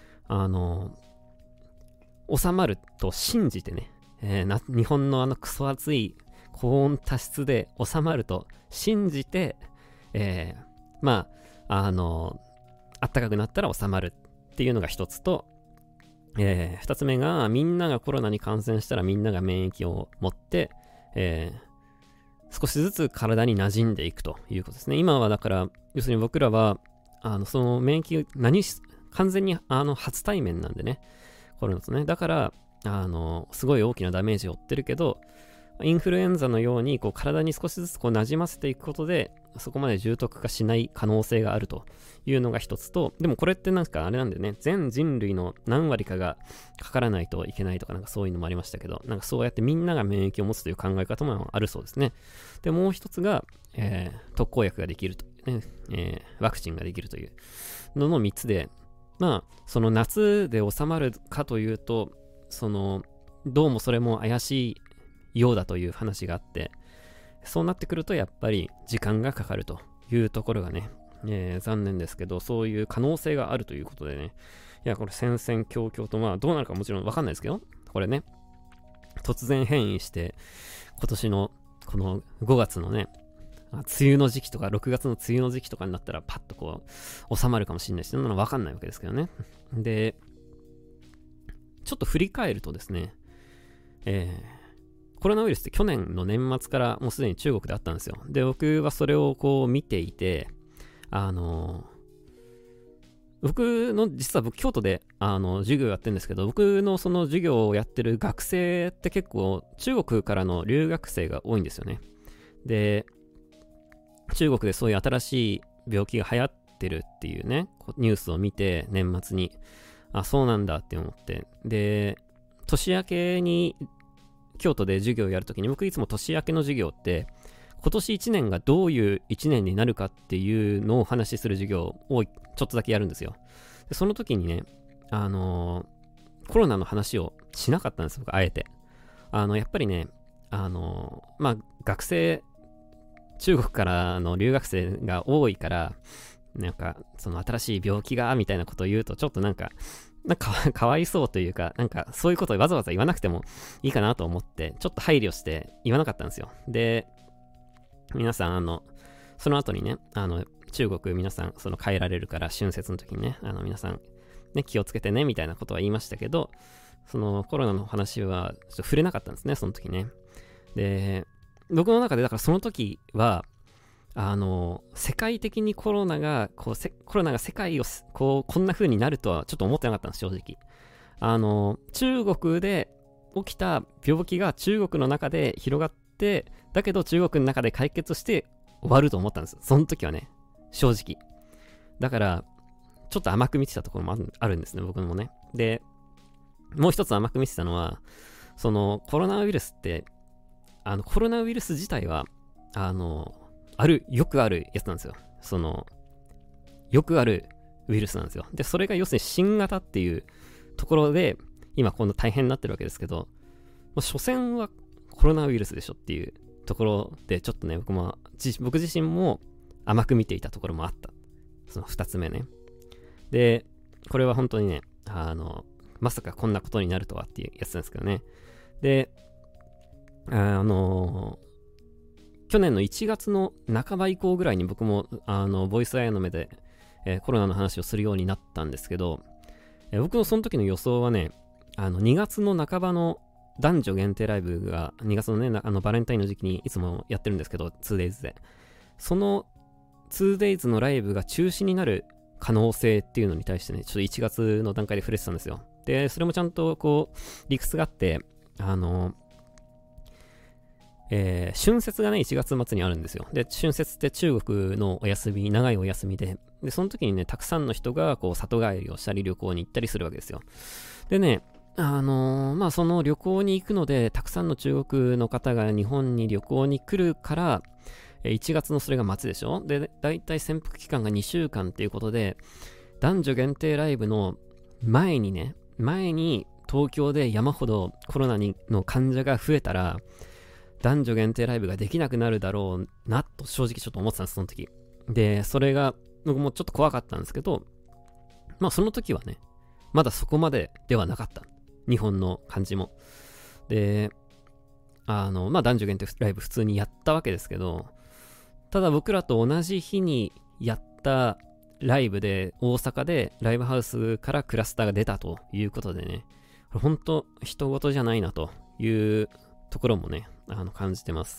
収まると信じてね、日本のクソ暑い高温多湿で収まると信じて、まあ、暖かくなったら収まるっていうのが一つと、二つ目が、みんながコロナに感染したらみんなが免疫を持って、少しずつ体に馴染んでいくということですね。今はだから、要するに僕らは、その免疫、完全に初対面なんでね、コロナとね。だから、すごい大きなダメージを負ってるけど、インフルエンザのようにこう体に少しずつこう馴染ませていくことで、そこまで重篤化しない可能性があるというのが一つと、でもこれってなんかあれなんだよね、全人類の何割かがかからないといけないとかなんかそういうのもありましたけど、なんかそうやってみんなが免疫を持つという考え方もあるそうですね。で、もう一つが、特効薬ができるというね、ワクチンができるというのの3つで、まあ、その夏で収まるかというと、どうもそれも怪しいようだという話があって、そうなってくるとやっぱり時間がかかるというところがね、残念ですけど、そういう可能性があるということでね、いや、これ戦々恐々と、まあどうなるかもちろんわかんないですけど、これね、突然変異して、今年のこの5月のね、梅雨の時期とか6月の梅雨の時期とかになったらパッとこう収まるかもしれないし、そんなのわかんないわけですけどね。で、 ちょっと振り返るとですね、コロナウイルスって去年の年末からもうすでに中国であったんですよ。で、僕はそれをこう見ていて、実は僕京都で授業やってるんですけど、僕のその授業をやってる学生って結構中国からの留学生が多いんですよね。で、中国でそういう新しい病気が流行ってるっていうね、ニュースを見て年末に、そうなんだって思って、で、年明けに京都で授業をやるときに、僕いつも年明けの授業って今年1年がどういう1年になるかっていうのをお話しする授業をちょっとだけやるんですよ。でその時にね、コロナの話をしなかったんですよ、僕あえて。やっぱりね、学生、中国からの留学生が多いから、なんかその新しい病気がみたいなことを言うとちょっとなんかかわいそうというか、なんかそういうことをわざわざ言わなくてもいいかなと思ってちょっと配慮して言わなかったんですよ。で、皆さんその後にね、中国皆さんその帰られるから春節の時にね、皆さんね気をつけてねみたいなことは言いましたけど、そのコロナの話はちょっと触れなかったんですね、その時ね。で、僕の中でだからその時は世界的にコロナが世界をこんな風になるとはちょっと思ってなかったんです、正直。中国で起きた病気が中国の中で広がって、だけど中国の中で解決して終わると思ったんです。その時はね、正直。だから、ちょっと甘く見てたところもあるんですね、僕もね。で、もう一つ甘く見てたのは、そのコロナウイルスって、コロナウイルス自体は、よくあるやつなんですよ。よくあるウイルスなんですよ。で、それが要するに新型っていうところで、今こんな大変になってるわけですけど、所詮はコロナウイルスでしょっていうところで、ちょっとね、僕自身も甘く見ていたところもあった。その二つ目ね。で、これは本当にね、まさかこんなことになるとはっていうやつなんですけどね。で、去年の1月の半ば以降ぐらいに僕もボイスアイの目で、コロナの話をするようになったんですけど、僕のその時の予想はね、2月の半ばの男女限定ライブが2月のね、バレンタインの時期にいつもやってるんですけど、2days で。その 2days のライブが中止になる可能性っていうのに対してね、ちょっと1月の段階で触れてたんですよ。で、それもちゃんとこう、理屈があって、春節がね、1月末にあるんですよ。で、春節って中国のお休み、長いお休みで、その時にね、たくさんの人がこう里帰りをしたり旅行に行ったりするわけですよ。でね、その旅行に行くので、たくさんの中国の方が日本に旅行に来るから、1月のそれが末でしょ。で、だいたい潜伏期間が2週間っていうことで、男女限定ライブの前に東京で山ほどコロナの患者が増えたら、男女限定ライブができなくなるだろうなと正直ちょっと思ってたんです、その時。で、それが僕もちょっと怖かったんですけど、その時はね、まだそこまでではなかった。日本の感じも。で、男女限定ライブ普通にやったわけですけど、ただ僕らと同じ日にやったライブで、大阪でライブハウスからクラスターが出たということでね、本当人事じゃないなというところもね、感じてます。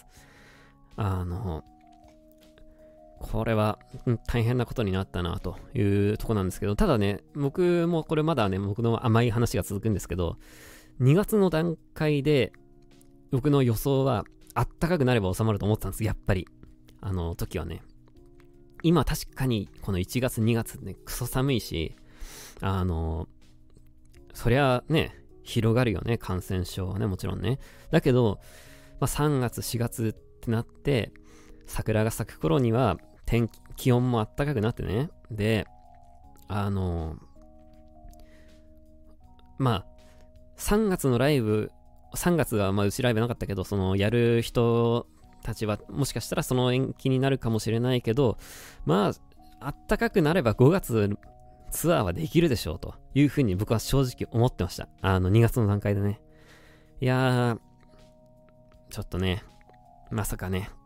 これは、大変なことになったなというところなんですけど、ただね、僕もこれまだね、僕の甘い話が続くんですけど、2月の段階で、僕の予想は、あったかくなれば収まると思ってたんです、やっぱり。時はね。今確かに、この1月、2月ね、クソ寒いし、そりゃね、広がるよね、感染症はね、もちろんね。だけど、3月、4月ってなって、桜が咲く頃には、気温も暖かくなってね。で、3月のライブ、3月はうちライブなかったけど、そのやる人たちはもしかしたらその延期になるかもしれないけど、暖かくなれば5月ツアーはできるでしょうというふうに僕は正直思ってました。2月の段階でね。いやー、ちょっとね、まさかね、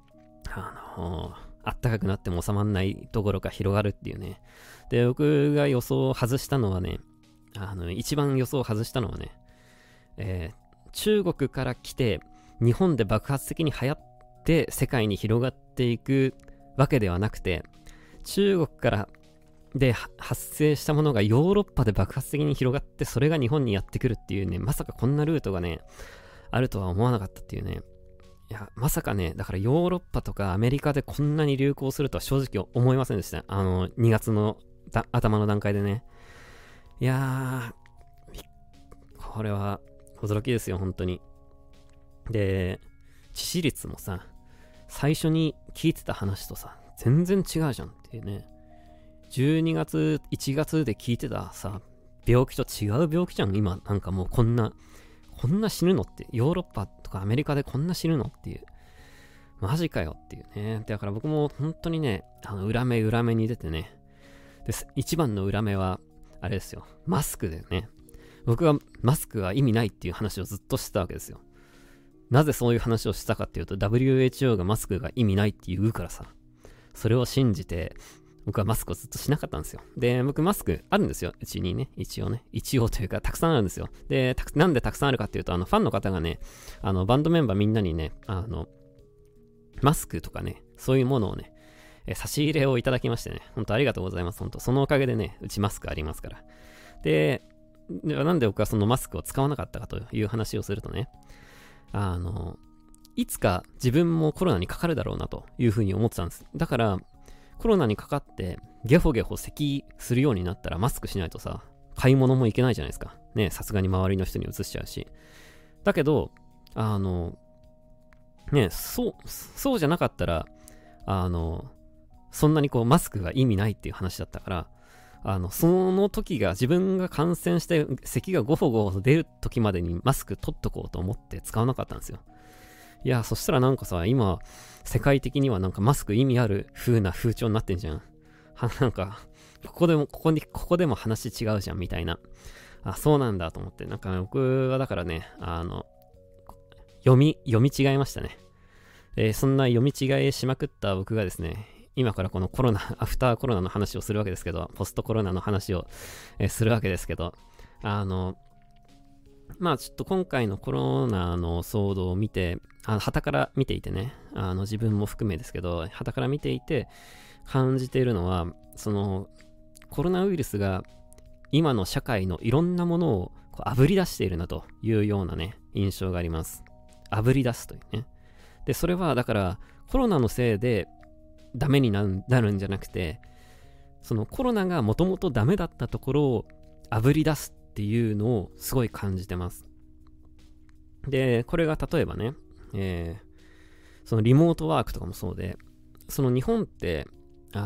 あったかくなっても収まんないどころか広がるっていうね。で、僕が予想を外したのはね、 一番予想を外したのはね、中国から来て日本で爆発的に流行って世界に広がっていくわけではなくて、中国からで発生したものがヨーロッパで爆発的に広がって、それが日本にやってくるっていうね、まさかこんなルートがねあるとは思わなかったっていうね。いや、まさかね、だからヨーロッパとかアメリカでこんなに流行するとは正直思いませんでした。2月の頭の段階でね。いやー、これは驚きですよ、本当に。で、致死率もさ、最初に聞いてた話とさ、全然違うじゃんっていうね。12月、1月で聞いてたさ、病気と違う病気じゃん。今、なんかもうこんな死ぬのって、ヨーロッパとかアメリカでこんな死ぬのっていう。マジかよっていうね。だから僕も本当にね、裏目に出てね。で、一番の裏目は、あれですよ。マスクだよね。僕はマスクは意味ないっていう話をずっとしてたわけですよ。なぜそういう話をしたかっていうと、WHO がマスクが意味ないって言うからさ。それを信じて、僕はマスクをずっとしなかったんですよ。で、僕マスクあるんですよ。うちにね。一応というか、たくさんあるんですよ。で、なんでたくさんあるかっていうと、ファンの方がね、バンドメンバーみんなにね、マスクとかね、そういうものをね、差し入れをいただきましてね、本当ありがとうございます。本当そのおかげでね、うちマスクありますから。で、なんで僕はそのマスクを使わなかったかという話をするとね、いつか自分もコロナにかかるだろうなというふうに思ってたんです。だから、コロナにかかってゲホゲホ咳するようになったらマスクしないとさ、買い物も行けないじゃないですか。ね、さすがに周りの人に移しちゃうし。だけど、ね、そうじゃなかったら、そんなにこうマスクが意味ないっていう話だったから、その時が自分が感染して咳がゴホゴホ出る時までにマスク取っとこうと思って使わなかったんですよ。いや、そしたらなんかさ、今、世界的にはなんかマスク意味ある風な風潮になってんじゃん。なんか、ここでも話違うじゃんみたいな。あ、そうなんだと思って。なんか僕はだからね、読み違いましたね。そんな読み違いしまくった僕がですね、今からこのコロナ、アフターコロナの話をするわけですけど、ポストコロナの話を、するわけですけど、まあちょっと今回のコロナの騒動を見て、傍から見ていてね、自分も含めですけど、傍から見ていて感じているのは、そのコロナウイルスが今の社会のいろんなものをこう炙り出しているなというようなね、印象があります。炙り出すというね。で、それはだからコロナのせいでダメになるんじゃなくて、そのコロナがもともとダメだったところを炙り出すっていうのをすごい感じてます。で、これが例えばね、そのリモートワークとかもそうで、その日本って日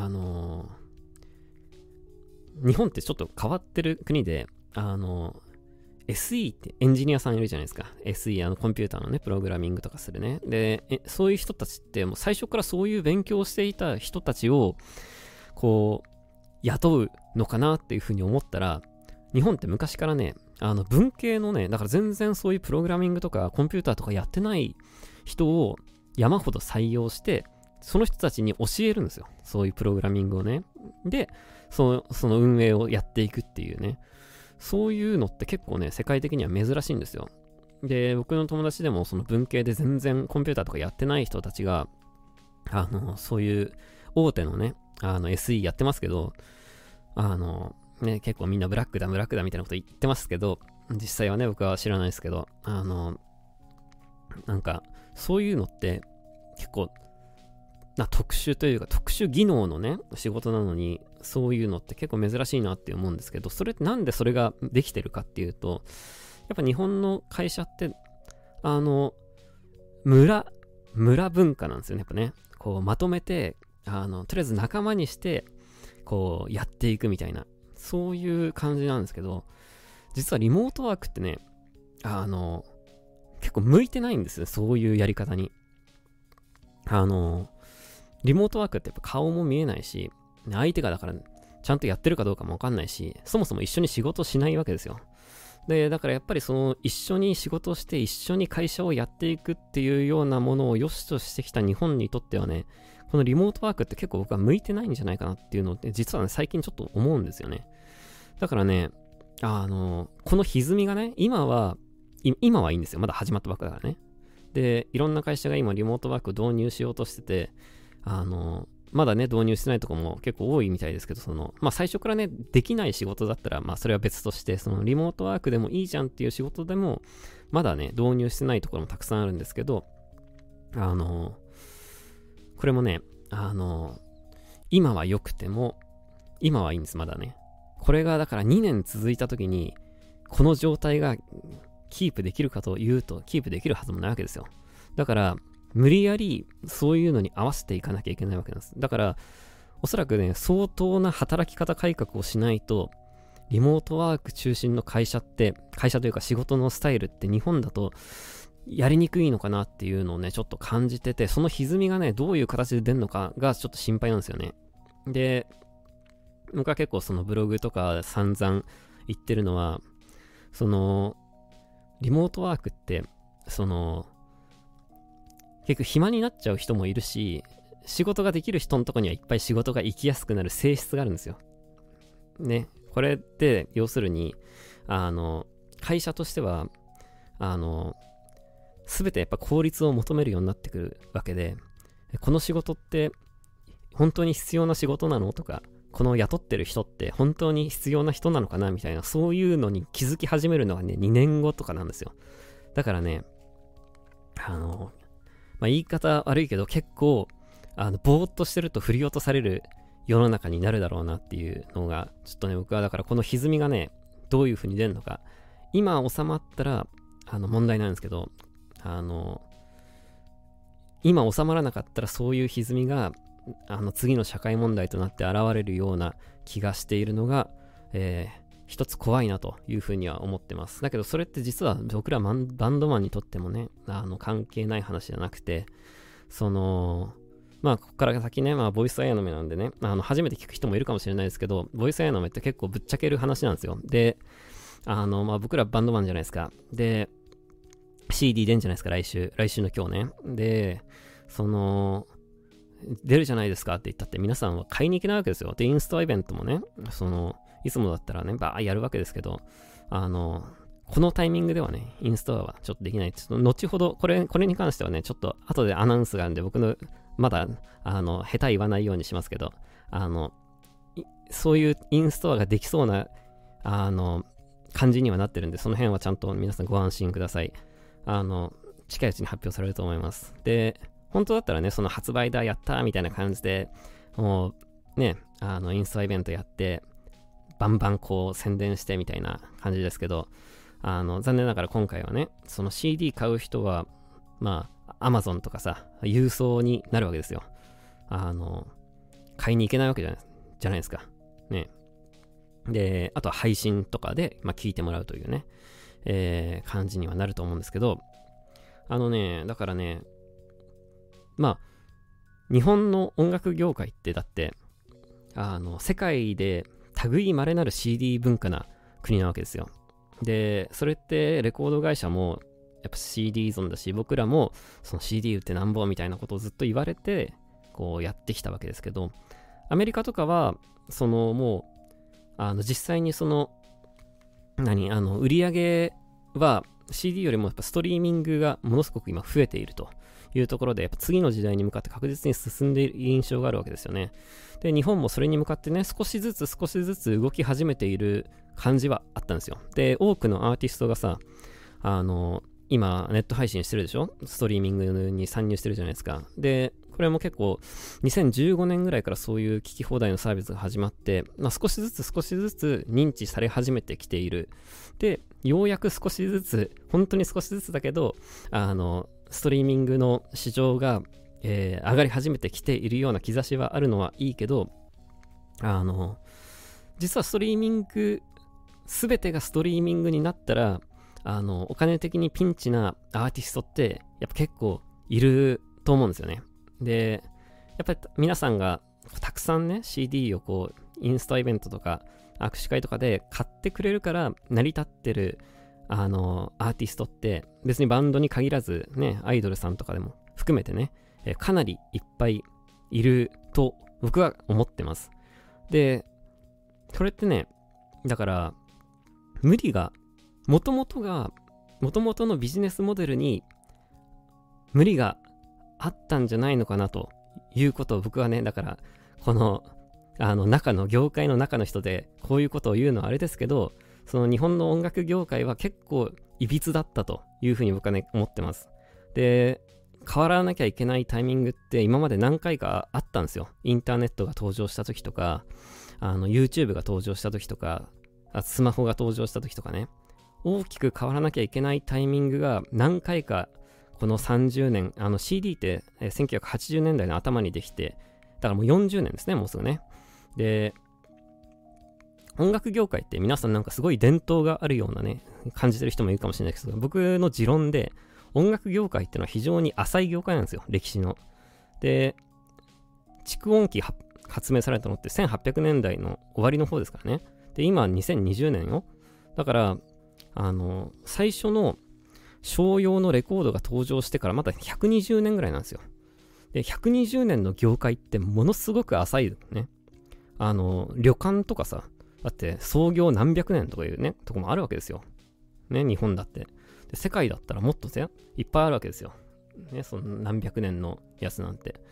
本ってちょっと変わってる国で、SE ってエンジニアさんいるじゃないですか。SE、コンピューターのね、プログラミングとかするね。で、そういう人たちって、もう最初からそういう勉強をしていた人たちを、こう、雇うのかなっていうふうに思ったら、日本って昔からね、文系のね、だから全然そういうプログラミングとかコンピューターとかやってない人を山ほど採用して、その人たちに教えるんですよ。そういうプログラミングをね。で、その運営をやっていくっていうね。そういうのって結構ね、世界的には珍しいんですよ。で、僕の友達でもその文系で全然コンピューターとかやってない人たちが、そういう大手のね、SE やってますけど、ね、結構みんなブラックだみたいなこと言ってますけど、実際はね、僕は知らないですけど、なんか、そういうのって結構、特殊というか、特殊技能のね、仕事なのに、そういうのって結構珍しいなって思うんですけど、それってなんでそれができてるかっていうと、やっぱ日本の会社って、村文化なんですよね、やっぱね。こう、まとめて、とりあえず仲間にして、こう、やっていくみたいな、そういう感じなんですけど、実はリモートワークってね、結構向いてないんですよ、そういうやり方に。リモートワークってやっぱ顔も見えないし、相手がだからちゃんとやってるかどうかもわかんないし、そもそも一緒に仕事しないわけですよ。で、だからやっぱりその一緒に仕事をして一緒に会社をやっていくっていうようなものを良しとしてきた日本にとってはね、このリモートワークって結構僕は向いてないんじゃないかなっていうのって実はね、最近ちょっと思うんですよね。だからね、 この歪みがね、今はいいんですよ。まだ始まったばっかだからね。で、いろんな会社が今リモートワークを導入しようとしてて、まだね、導入してないところも結構多いみたいですけど、最初からね、できない仕事だったら、それは別として、リモートワークでもいいじゃんっていう仕事でも、まだね、導入してないところもたくさんあるんですけど、これもね、今は良くても、今はいいんです、まだね。これがだから2年続いた時に、この状態がキープできるかというと、キープできるはずもないわけですよ。だから、無理やりそういうのに合わせていかなきゃいけないわけなんです。だから、おそらくね、相当な働き方改革をしないと、リモートワーク中心の会社というか仕事のスタイルって日本だとやりにくいのかなっていうのをね、ちょっと感じてて、その歪みがね、どういう形で出るのかがちょっと心配なんですよね。で、僕は結構そのブログとか散々言ってるのは、リモートワークって、結局暇になっちゃう人もいるし、仕事ができる人のとこにはいっぱい仕事が行きやすくなる性質があるんですよ。ね。これって、要するに、会社としては、すべてやっぱ効率を求めるようになってくるわけで、この仕事って本当に必要な仕事なのとか、この雇ってる人って本当に必要な人なのかなみたいな、そういうのに気づき始めるのがね、2年後とかなんですよ。だからね、言い方悪いけど結構、ぼーっとしてると振り落とされる世の中になるだろうなっていうのが、ちょっとね、僕はだからこの歪みがね、どういう風に出るのか、今収まったら、問題なんですけど、今収まらなかったらそういう歪みが、次の社会問題となって現れるような気がしているのが、一つ怖いなというふうには思ってます。だけどそれって実は僕らバンドマンにとってもね、関係ない話じゃなくて、ここから先ね、ボイスアヤノメなんでね、初めて聞く人もいるかもしれないですけど、ボイスアヤノメって結構ぶっちゃける話なんですよ。で、僕らバンドマンじゃないですか。で、CD 出んじゃないですか、来週の今日ね。で、出るじゃないですかって言ったって皆さんは買いに行けないわけですよ。で、インストアイベントもね、いつもだったらね、やるわけですけど、このタイミングではね、インストアはちょっとできない。ちょっと後ほど、これに関してはね、ちょっと後でアナウンスがあるんで、僕の、まだ、下手言わないようにしますけど、そういうインストアができそうな、感じにはなってるんで、その辺はちゃんと皆さんご安心ください。近いうちに発表されると思います。で、本当だったらね、その発売だ、やったーみたいな感じで、もう、ね、インストアイベントやって、バンバンこう宣伝してみたいな感じですけど、残念ながら今回はね、その CD 買う人は、Amazon とかさ、郵送になるわけですよ。買いに行けないわけじゃないですか。ね。で、あとは配信とかで、聞いてもらうというね、感じにはなると思うんですけど、だからね、日本の音楽業界ってだって、世界で類いまれなる CD 文化な国なわけですよ。で、それってレコード会社もやっぱ CD 依存だし、僕らもその CD 売ってなんぼみたいなことをずっと言われて、こうやってきたわけですけど、アメリカとかは、もう、実際に売り上げは CD よりもやっぱストリーミングがものすごく今増えているというところで、やっぱ次の時代に向かって確実に進んでいる印象があるわけですよね。で、日本もそれに向かってね、少しずつ動き始めている感じはあったんですよ。で、多くのアーティストがさ、今、ネット配信してるでしょ？ストリーミングに参入してるじゃないですか。で、これも結構、2015年ぐらいからそういう聞き放題のサービスが始まって、少しずつ認知され始めてきている。で、ようやく少しずつ、本当に少しずつだけど、ストリーミングの市場が、上がり始めてきているような兆しはあるのはいいけど、実はストリーミング、すべてがストリーミングになったら、お金的にピンチなアーティストって、やっぱ結構いると思うんですよね。で、やっぱり皆さんがたくさんね、CD をこう、インストイベントとか、握手会とかで買ってくれるから成り立ってる、アーティストって、別にバンドに限らずね、アイドルさんとかでも含めてね、かなりいっぱいいると僕は思ってます。で、それってね、だから、 無理が、もともとのビジネスモデルに無理があったんじゃないのかなということを僕はね、だからこの業界の中の人でこういうことを言うのはあれですけど、その日本の音楽業界は結構いびつだったというふうに僕はね思ってます。で、変わらなきゃいけないタイミングって今まで何回かあったんですよ。インターネットが登場した時とか、YouTube が登場した時とか、スマホが登場した時とかね、大きく変わらなきゃいけないタイミングが何回かこの30年、CD って1980年代の頭にできて、だからもう40年ですね、もうすぐね。で、音楽業界って皆さんなんかすごい伝統があるようなね、感じてる人もいるかもしれないですけど、僕の持論で、音楽業界っていうのは非常に浅い業界なんですよ、歴史の。で、蓄音機発明されたのって1800年代の終わりの方ですからね。で、今2020年よ。だから、最初の商用のレコードが登場してからまた120年ぐらいなんですよ。で、120年の業界ってものすごく浅いね。旅館とかさ、だって創業何百年とかいうね、とこもあるわけですよ。ね、日本だって。で、世界だったらもっといっぱいあるわけですよ。ね、その何百年のやつなんて。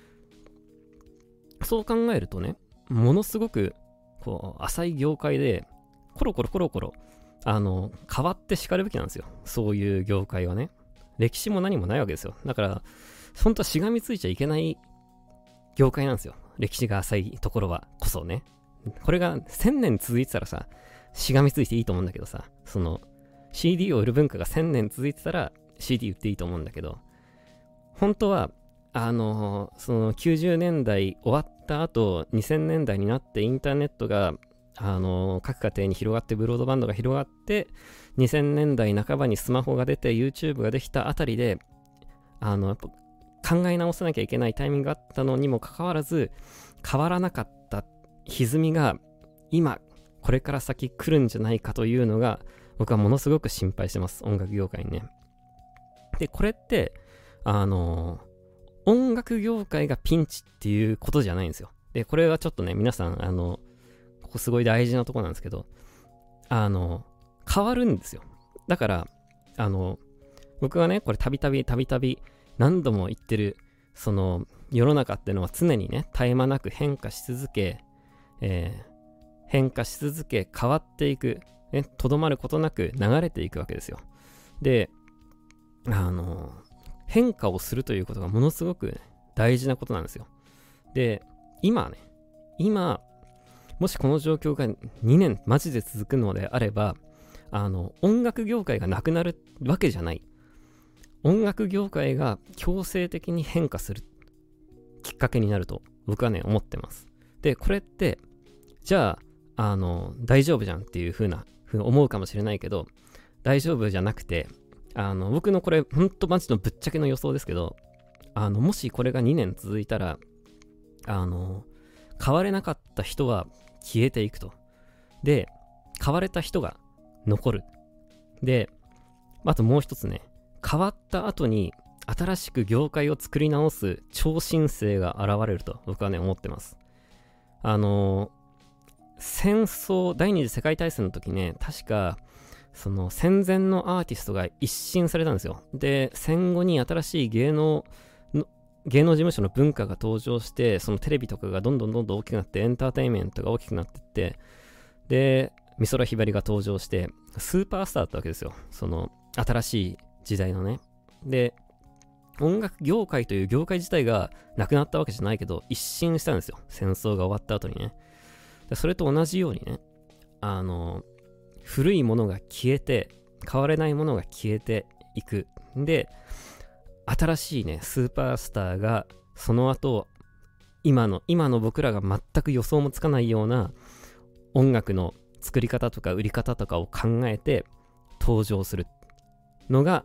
そう考えるとね、ものすごく、浅い業界で、コロコロ、変わってしかるべきなんですよ。そういう業界はね。歴史も何もないわけですよ。だから、本当はしがみついちゃいけない業界なんですよ。歴史が浅いところはこそね。これが1000年続いてたらさ、しがみついていいと思うんだけどさ、その CD を売る文化が1000年続いてたら CD 売っていいと思うんだけど、本当はその90年代終わった後、2000年代になってインターネットが各家庭に広がって、ブロードバンドが広がって、2000年代半ばにスマホが出て YouTube ができたあたりでやっぱ考え直さなきゃいけないタイミングがあったのにもかかわらず、変わらなかった歪みが今これから先来るんじゃないかというのが、僕はものすごく心配してます、音楽業界にね。で、これって音楽業界がピンチっていうことじゃないんですよ。で、これはちょっとね、皆さんここすごい大事なところなんですけど、変わるんですよ。だから僕がね、これたびたび何度も言ってる、その世の中っていうのは常にね、絶え間なく変化し続け、変わっていく、とどまることなく流れていくわけですよ。で、変化をするということがものすごく大事なことなんですよ。で、今、もしこの状況が2年マジで続くのであれば、音楽業界がなくなるわけじゃない。音楽業界が強制的に変化するきっかけになると僕はね思ってます。で、これってじゃあ大丈夫じゃんっていうふうに思うかもしれないけど、大丈夫じゃなくて、僕のこれほんとマジのぶっちゃけの予想ですけど、もしこれが2年続いたら変われなかった人は消えていくと。で、変われた人が残る。で、あともう一つね、変わった後に新しく業界を作り直す超新星が現れると僕はね思ってます。戦争、第二次世界大戦の時ね、確かその戦前のアーティストが一新されたんですよ。で、戦後に新しい芸能事務所の文化が登場して、そのテレビとかがどんどん大きくなって、エンターテインメントが大きくなっていって、で、美空ひばりが登場して、スーパースターだったわけですよ。その新しい時代のね。で、音楽業界という業界自体がなくなったわけじゃないけど、一新したんですよ。戦争が終わった後にね。で、それと同じようにね、古いものが消えて、変われないものが消えていく。で、新しいね、スーパースターが、その後、今の僕らが全く予想もつかないような音楽の作り方とか売り方とかを考えて登場するのが、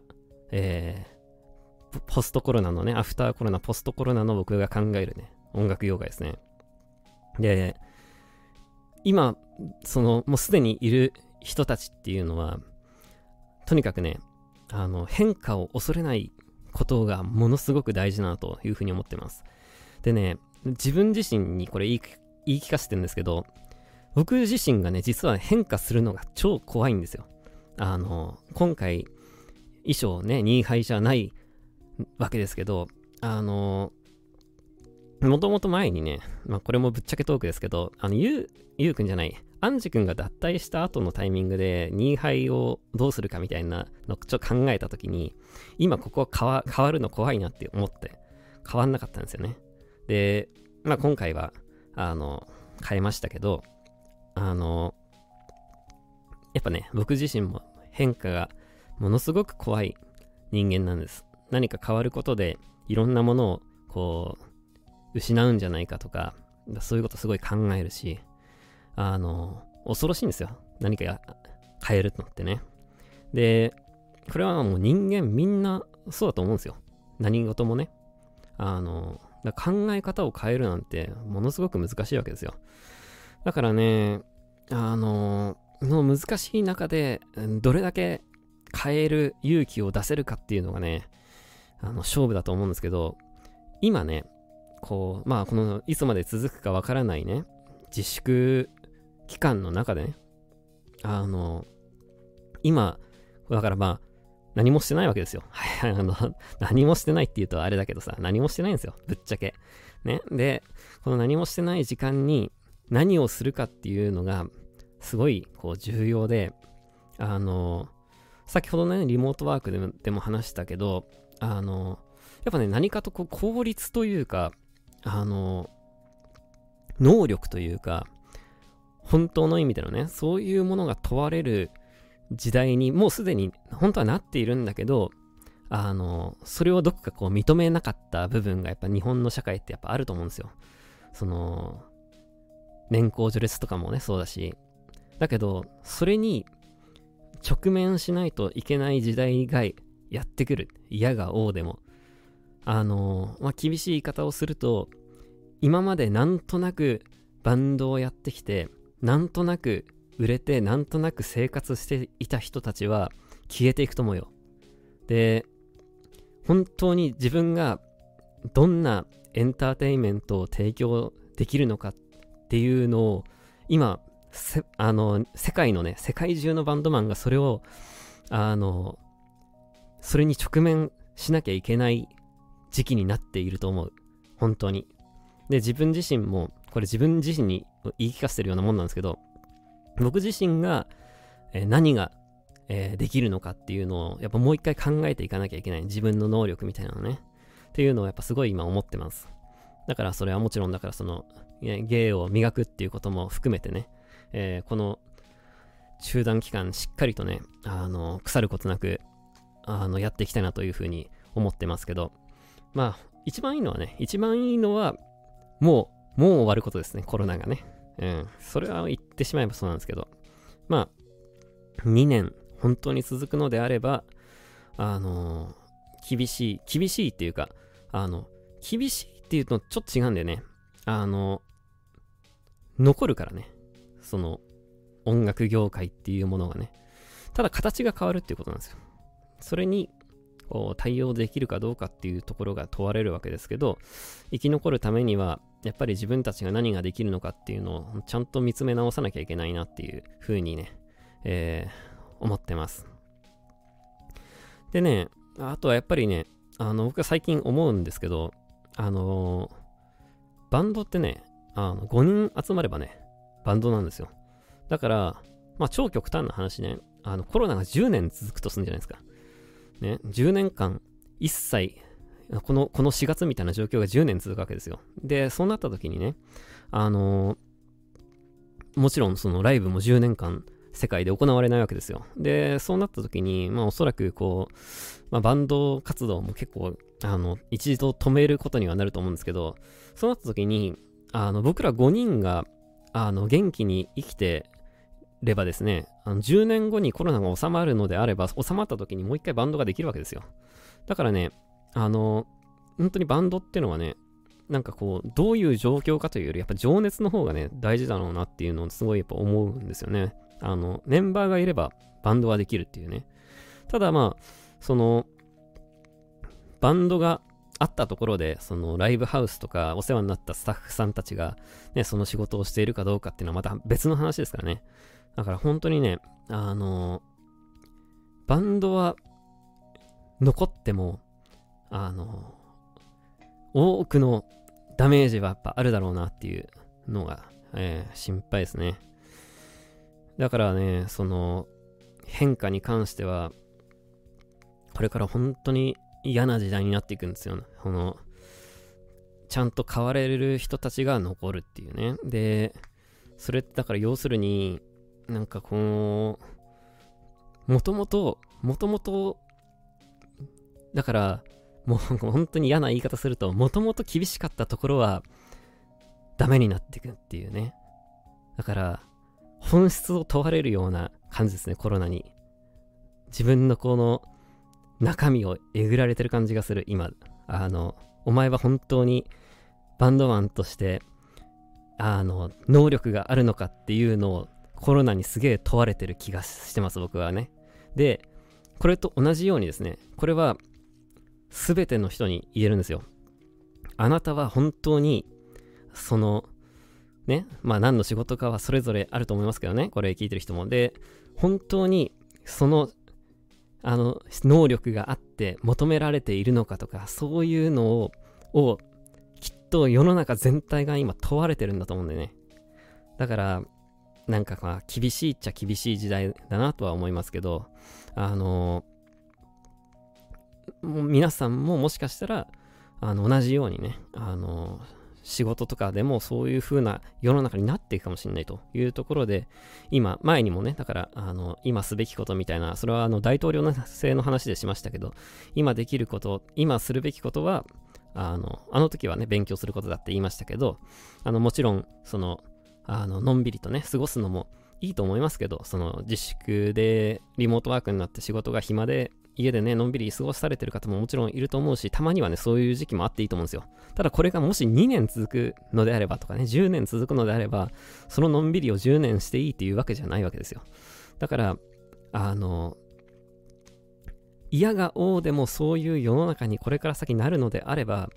ポストコロナのね、アフターコロナ、ポストコロナの僕が考えるね、音楽業界ですね。で、今、もうすでにいる人たちっていうのは、とにかくね、変化を恐れないことがものすごく大事だなというふうに思ってます。でね、自分自身にこれ言い聞かせてるんですけど、 僕自身がね、実は変化するのが超怖いんですよ。今回、衣装ね、ニーハイじゃないわけですけど、もともと前にね、これもぶっちゃけトークですけど、ゆうくんじゃない、アンジ君が脱退した後のタイミングで、ニーハイをどうするかみたいなのをちょっと考えたときに、今ここ変わるの怖いなって思って、変わんなかったんですよね。で、今回は、変えましたけど、やっぱね、僕自身も変化がものすごく怖い人間なんです。何か変わることで、いろんなものをこう、失うんじゃないかとか、そういうことすごい考えるし、恐ろしいんですよ。何か変えるのってね。で、これはもう人間みんなそうだと思うんですよ。何事もね。考え方を変えるなんてものすごく難しいわけですよ。だからね、の難しい中でどれだけ変える勇気を出せるかっていうのがね、勝負だと思うんですけど、今ね、このいつまで続くかわからないね、自粛期間の中でね、今、だから何もしてないわけですよ。何もしてないって言うとあれだけどさ、何もしてないんですよ。ぶっちゃけ。ね。で、この何もしてない時間に何をするかっていうのが、すごい、重要で、先ほどね、リモートワークでも話したけど、やっぱね、何かと効率というか、能力というか、本当の意味でのね、そういうものが問われる時代にもうすでに本当はなっているんだけど、それをどこか認めなかった部分がやっぱ日本の社会ってやっぱあると思うんですよ。年功序列とかもね、そうだし。だけど、それに直面しないといけない時代がやってくる。嫌が王でも。厳しい言い方をすると、今までなんとなくバンドをやってきて、なんとなく売れて、なんとなく生活していた人たちは消えていくと思うよ。で、本当に自分がどんなエンターテインメントを提供できるのかっていうのを、今、世界のね、世界中のバンドマンがそれを、それに直面しなきゃいけない時期になっていると思う。本当に。で、自分自身も、これ自分自身に言い聞かせてるようなもんなんですけど、僕自身が、何が、できるのかっていうのをやっぱもう一回考えていかなきゃいけない。自分の能力みたいなのね。っていうのをやっぱすごい今思ってます。だからそれはもちろんだから芸を磨くっていうことも含めてね、この中断期間しっかりとね、腐ることなく、やっていきたいなというふうに思ってますけど、一番いいのは、もう終わることですね、コロナがね。それは言ってしまえばそうなんですけど、2年、本当に続くのであれば、厳しいっていうか、厳しいっていうとちょっと違うんだよね。残るからね。音楽業界っていうものがね。ただ形が変わるっていうことなんですよ。それに、対応できるかどうかっていうところが問われるわけですけど、生き残るためには、やっぱり自分たちが何ができるのかっていうのをちゃんと見つめ直さなきゃいけないなっていうふうにね、思ってます。でね、あとはやっぱりね、僕は最近思うんですけど、バンドってね、5人集まればね、バンドなんですよ。だから、超極端な話ね、コロナが10年続くとするんじゃないですか。ね、10年間、一切、この4月みたいな状況が10年続くわけですよ。で、そうなった時にね、もちろんそのライブも10年間世界で行われないわけですよ。で、そうなった時に、おそらくバンド活動も結構、一度止めることにはなると思うんですけど、そうなった時に、僕ら5人が、元気に生きてればですね、10年後にコロナが収まるのであれば、収まった時にもう一回バンドができるわけですよ。だからね、本当にバンドっていうのはね、どういう状況かというより、やっぱ情熱の方がね、大事だろうなっていうのをすごいやっぱ思うんですよね。メンバーがいればバンドはできるっていうね。ただバンドが会ったところで、そのライブハウスとかお世話になったスタッフさんたちが、ね、その仕事をしているかどうかっていうのはまた別の話ですからね。だから本当にね、バンドは残っても、多くのダメージはやっぱあるだろうなっていうのが、心配ですね。だからね、その変化に関しては、これから本当に嫌な時代になっていくんですよ。ちゃんと変われる人たちが残るっていうね。で、それってだから要するに、なんかもともと、だから、もう本当に嫌な言い方すると、もともと厳しかったところは、ダメになっていくっていうね。だから、本質を問われるような感じですね、コロナに。自分のこの中身をえぐられてる感じがする、今。お前は本当にバンドマンとして、能力があるのかっていうのをコロナにすげえ問われてる気がしてます、僕はね。で、これと同じようにですね、これは全ての人に言えるんですよ。あなたは本当に、ね、まあ何の仕事かはそれぞれあると思いますけどね、これ聞いてる人も。で、本当に能力があって求められているのかとか、そういうのをきっと世の中全体が今問われてるんだと思うんでね。だから、なんかまあ厳しいっちゃ厳しい時代だなとは思いますけど、皆さんももしかしたら、同じようにね、仕事とかでもそういう風な世の中になっていくかもしれないというところで、前にもね、だから、今すべきことみたいな、それは大統領制の話でしましたけど、今できること、今するべきことは、あの時はね、勉強することだって言いましたけど、もちろん、のんびりとね、過ごすのもいいと思いますけど、自粛でリモートワークになって仕事が暇で、家でね、のんびり過ごされてる方ももちろんいると思うし、たまにはね、そういう時期もあっていいと思うんですよ。ただこれがもし2年続くのであればとかね、10年続くのであれば、そののんびりを10年していいっていうわけじゃないわけですよ。だから、嫌が応でもそういう世の中にこれから先なるのであれば、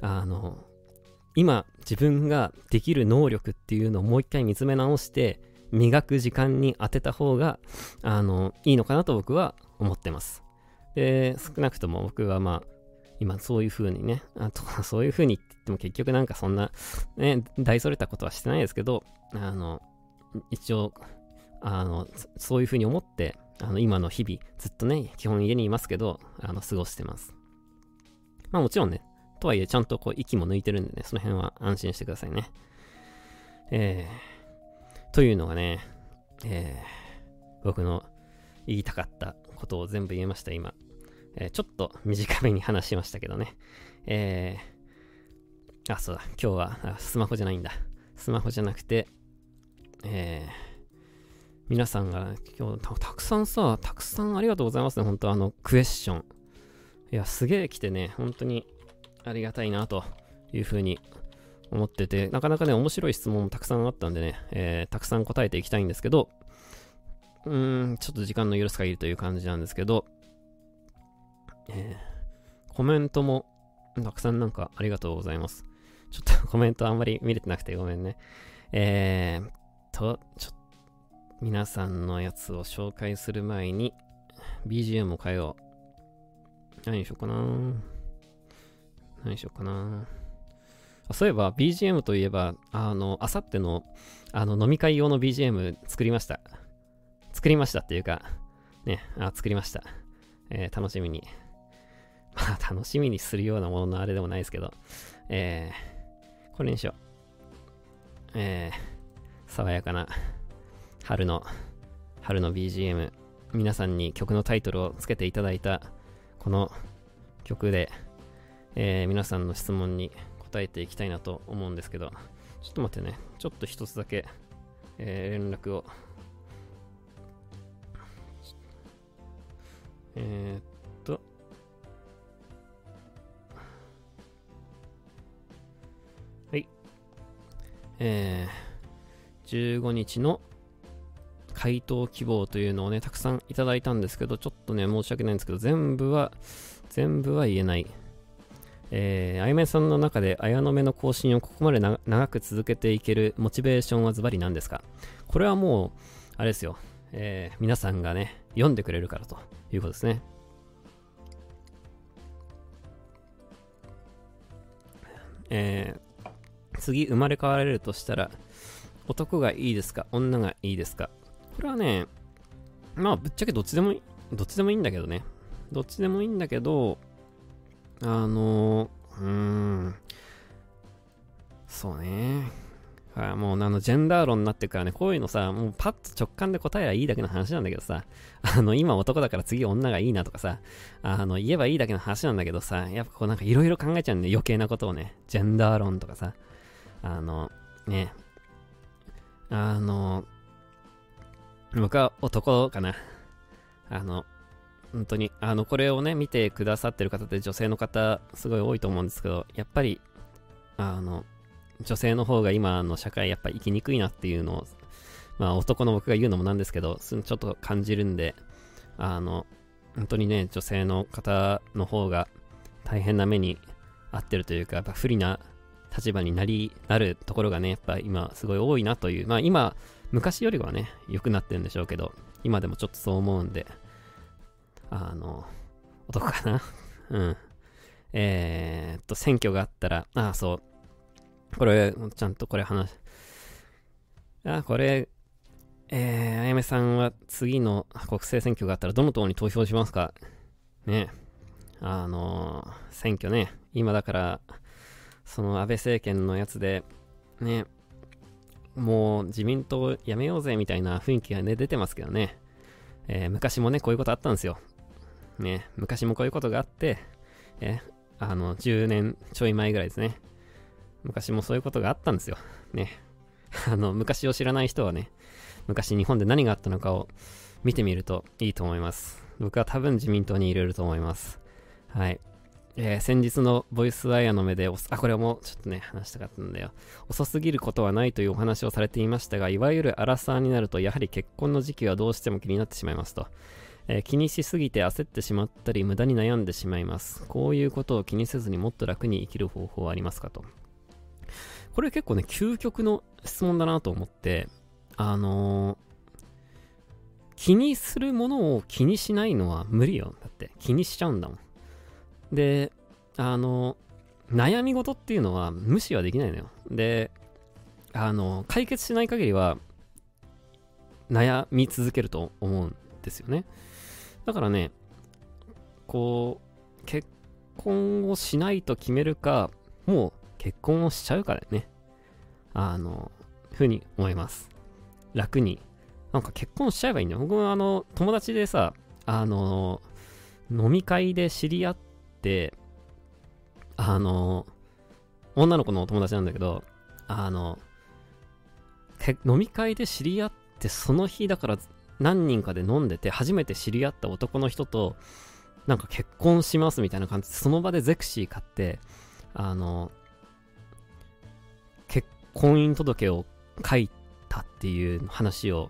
今自分ができる能力っていうのをもう一回見つめ直して、磨く時間に当てた方が、いいのかなと僕は思ってます。で、少なくとも僕はまあ、今そういう風にね、そういう風に言っても結局なんかそんな、ね、大それたことはしてないですけど、一応、そういう風に思って、今の日々、ずっとね、基本家にいますけど、過ごしてます。まあもちろんね、とはいえちゃんとこう息も抜いてるんでね、その辺は安心してくださいね。というのがね、僕の言いたかったことを全部言えました、今。ちょっと短めに話しましたけどね。そうだ、今日はスマホじゃないんだ。スマホじゃなくて、皆さんが今日たくさんありがとうございますね。本当クエスチョン。いや、すげえ来てね、本当にありがたいなというふうに思ってて、なかなかね、面白い質問もたくさんあったんでね、たくさん答えていきたいんですけど、ちょっと時間の許す限りという感じなんですけど、コメントもたくさんなんかありがとうございます。ちょっとコメントあんまり見れてなくてごめんね。皆さんのやつを紹介する前に BGM を変えよう。何にしようかな。そういえば BGM といえば、あさっての飲み会用の BGM 作りました。作りましたっていうか、ね、作りました。楽しみに。まあ、楽しみにするようなもののあれでもないですけど、これにしよう。爽やかな春の BGM。皆さんに曲のタイトルをつけていただいた、この曲で、皆さんの質問に答えていきたいなと思うんですけど、ちょっと待ってね。ちょっと一つだけ、連絡を。はい。15日の回答希望というのをね、たくさんいただいたんですけど、ちょっとね、申し訳ないんですけど、全部は言えない。 あやめさんの中で綾野目の更新をここまで長く続けていけるモチベーションはズバリ何ですか？これはもう、あれですよ。皆さんがね、読んでくれるからということですね。次生まれ変われるとしたら、男がいいですか？女がいいですか？これはね、まあぶっちゃけどっちでもいいんだけどね。どっちでもいいんだけど、そうね。もうジェンダー論になってるからね、こういうのさ、もうパッと直感で答えりゃいいだけの話なんだけどさ、今男だから次女がいいなとかさ、言えばいいだけの話なんだけどさ、やっぱこうなんかいろいろ考えちゃうんで余計なことをね、ジェンダー論とかさ、ね、僕は男かな。本当に、これをね、見てくださってる方って女性の方、すごい多いと思うんですけど、やっぱり、女性の方が今の社会やっぱ生きにくいなっていうのを、まあ男の僕が言うのもなんですけど、ちょっと感じるんで、本当にね、女性の方の方が大変な目に遭ってるというか、やっぱ不利な立場になるところがね、やっぱ今すごい多いなという、まあ今、昔よりはね、良くなってるんでしょうけど、今でもちょっとそう思うんで、男かなうん。選挙があったら、そう。これ、ちゃんとこれこれ、あやめさんは次の国政選挙があったらどの党に投票しますかね。選挙ね。今だから、その安倍政権のやつで、ね、もう自民党やめようぜみたいな雰囲気がね、出てますけどね。昔もね、こういうことあったんですよ。ね、昔もこういうことがあって、10年ちょい前ぐらいですね。昔もそういうことがあったんですよ。ね。昔を知らない人はね、昔日本で何があったのかを見てみるといいと思います。僕は多分自民党に入れると思います。はい。先日のボイスアイアの目でこれはもうちょっとね、話したかったんだよ。遅すぎることはないというお話をされていましたが、いわゆるアラサーになると、やはり結婚の時期はどうしても気になってしまいますと。気にしすぎて焦ってしまったり、無駄に悩んでしまいます。こういうことを気にせずにもっと楽に生きる方法はありますかと。これ結構ね、究極の質問だなと思って、気にするものを気にしないのは無理よ。だって気にしちゃうんだもん。で、悩み事っていうのは無視はできないのよ。で、解決しない限りは悩み続けると思うんですよね。だからね、こう、結婚をしないと決めるか、もう結婚をしちゃうからね。ふうに思います。楽に。なんか結婚しちゃえばいいんだよ。僕も友達でさ、飲み会で知り合って、女の子のお友達なんだけど、飲み会で知り合って、その日だから何人かで飲んでて、初めて知り合った男の人と、なんか結婚しますみたいな感じで、その場でゼクシー買って、結婚姻届を書いたっていう話を、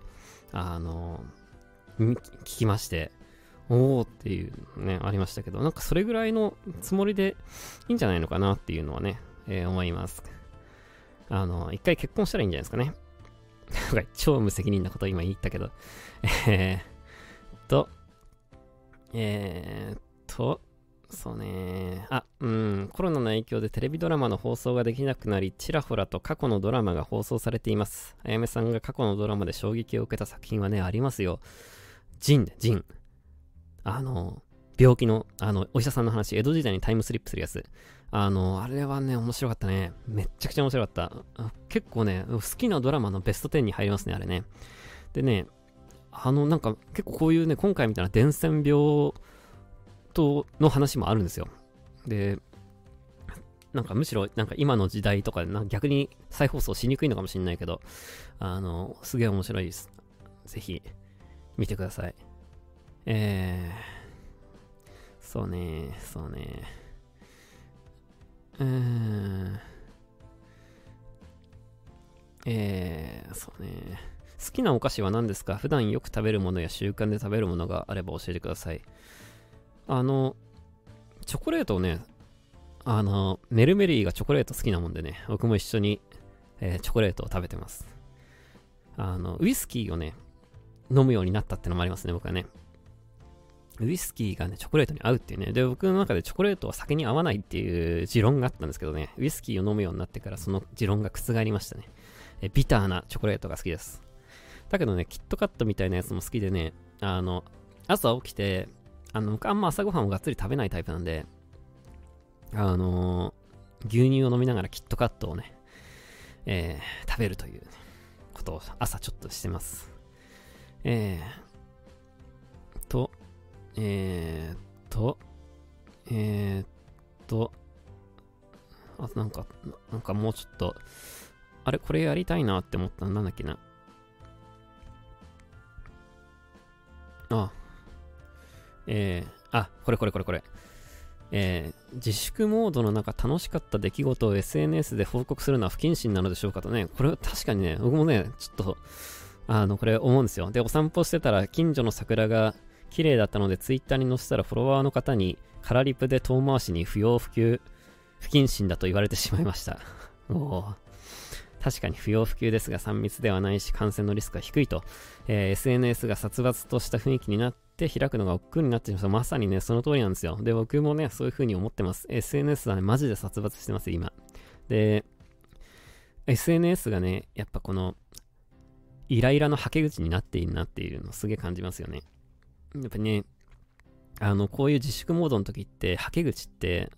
聞きまして、おーっていうね、ありましたけど、なんかそれぐらいのつもりでいいんじゃないのかなっていうのはね、思います。一回結婚したらいいんじゃないですかね。超無責任なことを今言ったけど。そうね。コロナの影響でテレビドラマの放送ができなくなり、ちらほらと過去のドラマが放送されています。あやめさんが過去のドラマで衝撃を受けた作品はね、ありますよ。ジン。病気の、お医者さんの話、江戸時代にタイムスリップするやつ。あれはね、面白かったね。めっちゃくちゃ面白かった。結構ね、好きなドラマのベスト10に入りますね、あれね。でね、なんか結構こういうね、今回みたいな伝染病の話もあるんですよ。で、なんかむしろなんか今の時代とかで逆に再放送しにくいのかもしれないけど、すげえ面白いです。ぜひ見てください。そうね。そうね。好きなお菓子は何ですか？普段よく食べるものや習慣で食べるものがあれば教えてください。チョコレートをね、 メルメリーがチョコレート好きなもんでね、僕も一緒に、チョコレートを食べてます。ウイスキーをね、飲むようになったってのもありますね、僕はね。ウイスキーがね、チョコレートに合うっていうね。で、僕の中でチョコレートは酒に合わないっていう持論があったんですけどね、ウイスキーを飲むようになってからその持論が覆りましたね。ビターなチョコレートが好きです。だけどね、キットカットみたいなやつも好きでね、朝起きて、僕あんま朝ごはんをがっつり食べないタイプなんで、牛乳を飲みながらキットカットをね、食べるという、ね、ことを朝ちょっとしてます。あとなんかもうちょっと、あれこれやりたいなって思ったのなんだっけな。これ。自粛モードの中楽しかった出来事を SNS で報告するのは不謹慎なのでしょうかとね。これ確かにね、僕もね、ちょっと、これ思うんですよ。で、お散歩してたら近所の桜が綺麗だったので、ツイッターに載せたらフォロワーの方にカラリプで遠回しに不要不急、不謹慎だと言われてしまいました。確かに不要不急ですが3密ではないし感染のリスクが低いと、SNS が殺伐とした雰囲気になって開くのが億劫になってしまう。まさにね、その通りなんですよ。で、僕もね、そういう風に思ってます。SNS はね、マジで殺伐してます、今。で、SNS がね、やっぱこの、イライラのはけ口になっているなっていうのをすげえ感じますよね。やっぱね、こういう自粛モードの時って、はけ口って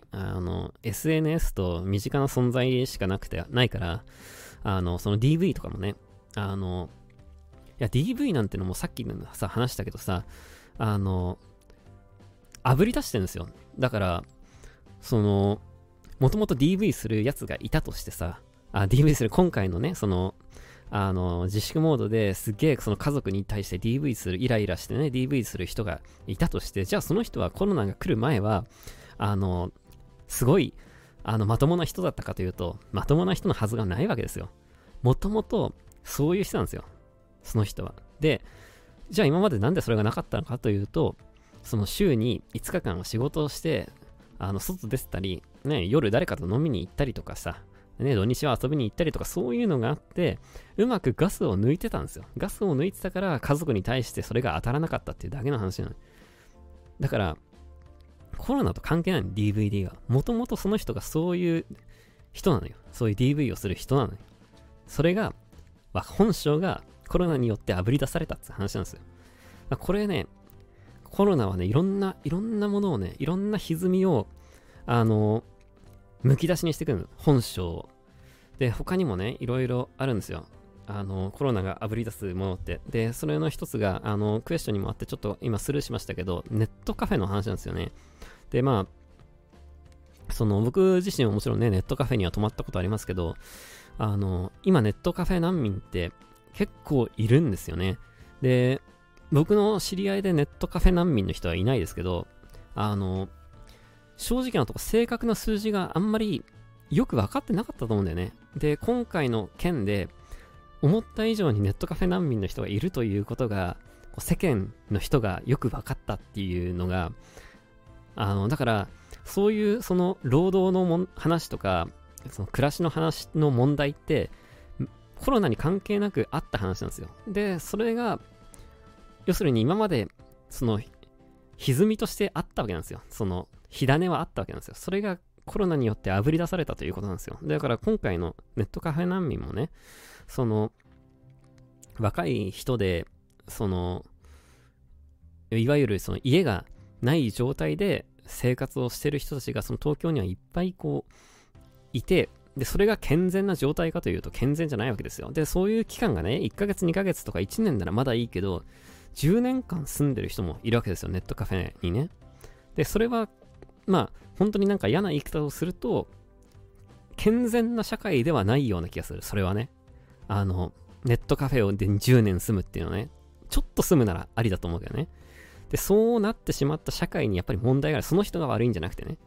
、SNS と身近な存在しかないから、その DV とかもね、いや DV なんてのもさっきさ、話したけどさ、炙り出してるんですよ。だから、もともと DV するやつがいたとしてさ、DV する今回のね、自粛モードですげえその家族に対して DV する、イライラしてね、DV する人がいたとして、じゃあその人はコロナが来る前は、すごい、まともな人だったかというと、まともな人のはずがないわけですよ。もともと、そういう人なんですよ。その人は。で、じゃあ今までなんでそれがなかったのかというと、その週に5日間仕事をして、外出てたり、ね、夜誰かと飲みに行ったりとかさ、ね、土日は遊びに行ったりとかそういうのがあって、うまくガスを抜いてたんですよ。ガスを抜いてたから家族に対してそれが当たらなかったっていうだけの話なの。だから、コロナと関係ないの、DVD は。もともとその人がそういう人なのよ。そういう DV をする人なのよ。それが、本性がコロナによって炙り出されたって話なんですよ。これね、コロナはね、いろんなものをね、いろんな歪みを、むき出しにしてくるの。本性で、他にもね、いろいろあるんですよ。コロナが炙り出すものって。で、それの一つが、クエスチョンにもあって、ちょっと今スルーしましたけど、ネットカフェの話なんですよね。で、僕自身はもちろんね、ネットカフェには泊まったことありますけど、今ネットカフェ難民って結構いるんですよね。で、僕の知り合いでネットカフェ難民の人はいないですけど、正直なとこ正確な数字があんまりよく分かってなかったと思うんだよね。で、今回の件で思った以上にネットカフェ難民の人がいるということが世間の人がよく分かったっていうのがだからそういうその労働の話とかその暮らしの話の問題ってコロナに関係なくあった話なんですよ。で、それが要するに今までその歪みとしてあったわけなんですよ。その火種はあったわけなんですよ。それがコロナによって炙り出されたということなんですよ。だから今回のネットカフェ難民もね、その若い人でいわゆるその家がない状態で生活をしてる人たちがその東京にはいっぱいいて、でそれが健全な状態かというと健全じゃないわけですよ。でそういう期間がね1ヶ月2ヶ月とか1年ならまだいいけど10年間住んでる人もいるわけですよ、ネットカフェにね。でそれは本当になんか嫌な言い方をすると健全な社会ではないような気がする。それはね、ネットカフェをで10年住むっていうのはね、ちょっと住むならありだと思うけどね。でそうなってしまった社会にやっぱり問題がある。その人が悪いんじゃなくてね、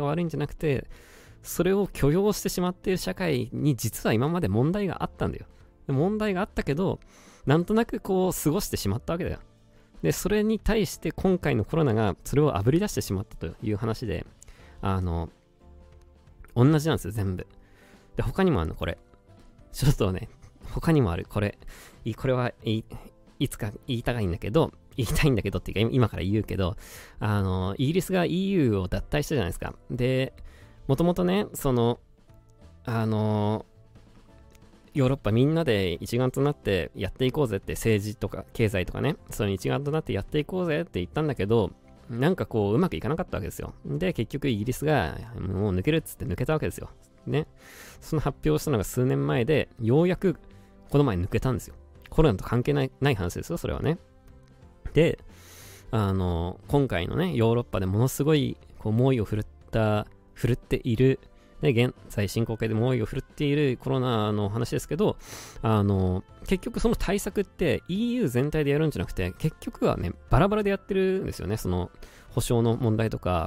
それを許容してしまっている社会に実は今まで問題があったんだよ。で問題があったけどなんとなく過ごしてしまったわけだよ。でそれに対して今回のコロナがそれを炙り出してしまったという話で、 同じなんですよ、全部。で、他にもあるの、これ。ちょっとね、他にもある。これはいつか言いたいんだけどっていうか、今から言うけど、イギリスが EU を脱退したじゃないですか。で、もともとね、ヨーロッパみんなで一丸となってやっていこうぜって、政治とか経済とかね、その一丸となってやっていこうぜって言ったんだけど、なんかこううまくいかなかったわけですよ。で、結局イギリスがもう抜けるっつって抜けたわけですよ。ね。その発表したのが数年前で、ようやくこの前抜けたんですよ。コロナと関係ない話ですよ、それはね。で、今回のね、ヨーロッパでものすごいこう猛威を振るっている、で、現在進行形で猛威を振るっているコロナの話ですけど、結局その対策って EU 全体でやるんじゃなくて、結局はね、バラバラでやってるんですよね。その保障の問題とか、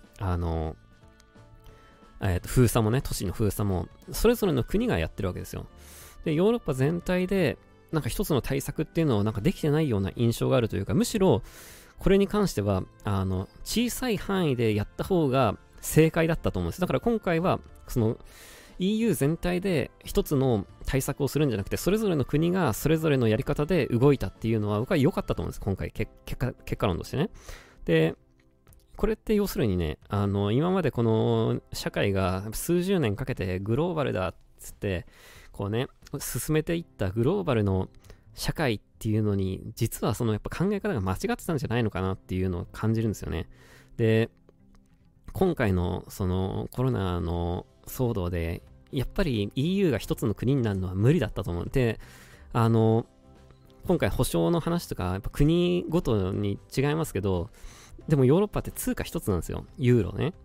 封鎖もね、都市の封鎖も、それぞれの国がやってるわけですよ。で、ヨーロッパ全体で、なんか一つの対策っていうのをなんかできてないような印象があるというか、むしろ、これに関しては、小さい範囲でやった方が正解だったと思うんです。だから今回は、その、EU 全体で一つの対策をするんじゃなくて、それぞれの国がそれぞれのやり方で動いたっていうのは、僕は良かったと思うんです。今回、結果論としてね。で、これって要するにね、今までこの社会が数十年かけてグローバルだっつって、こうね、進めていったグローバルの社会っていうのに、実はそのやっぱ考え方が間違ってたんじゃないのかなっていうのを感じるんですよね。で、今回のそのコロナの騒動で、やっぱり EU が一つの国になるのは無理だったと思う。で、今回保証の話とか、やっぱ国ごとに違いますけど、でもヨーロッパって通貨一つなんですよ。ユーロね。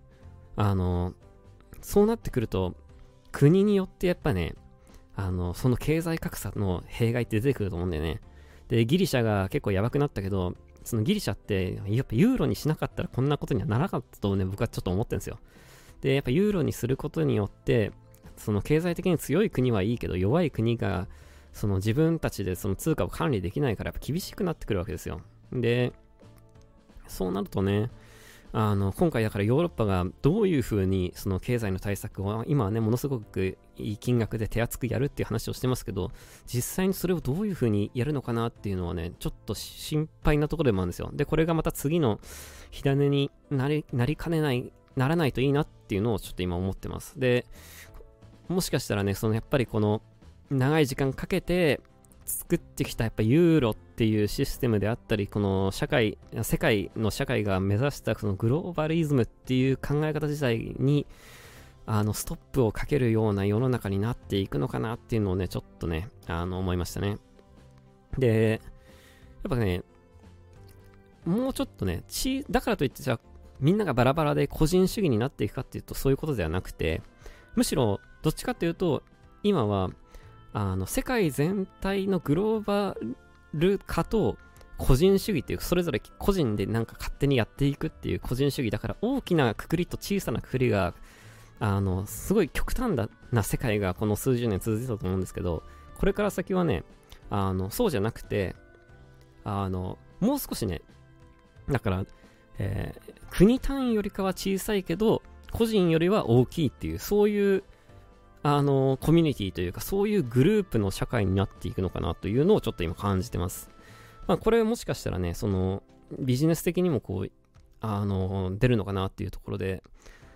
そうなってくると、国によってやっぱね、その経済格差の弊害って出てくると思うんだよね。で、ギリシャが結構やばくなったけど、そのギリシャって、やっぱユーロにしなかったらこんなことにはならなかったとね、僕はちょっと思ってるんですよ。で、やっぱユーロにすることによって、その経済的に強い国はいいけど、弱い国が、その自分たちでその通貨を管理できないからやっぱ厳しくなってくるわけですよ。で、そうなるとね、今回だからヨーロッパがどういうふうにその経済の対策を今はねものすごくいい金額で手厚くやるっていう話をしてますけど、実際にそれをどういうふうにやるのかなっていうのはねちょっと心配なところでもあるんですよ。でこれがまた次の火種にならないといいなっていうのをちょっと今思ってます。でもしかしたらねそのやっぱりこの長い時間かけて作ってきたやっぱユーロっていうシステムであったり、この世界の社会が目指したそのグローバリズムっていう考え方自体にストップをかけるような世の中になっていくのかなっていうのをねちょっとね思いましたね。でやっぱねもうちょっとねだからといってじゃあみんながバラバラで個人主義になっていくかっていうとそういうことではなくて、むしろどっちかっていうと今は世界全体のグローバル化と個人主義っていう、それぞれ個人でなんか勝手にやっていくっていう個人主義だから、大きなくくりと小さなくくりがすごい極端な世界がこの数十年続いてたと思うんですけど、これから先はねそうじゃなくてもう少しねだから、国単位よりかは小さいけど個人よりは大きいっていう、そういうコミュニティというかそういうグループの社会になっていくのかなというのをちょっと今感じてます。まあこれもしかしたらねそのビジネス的にもこう出るのかなっていうところで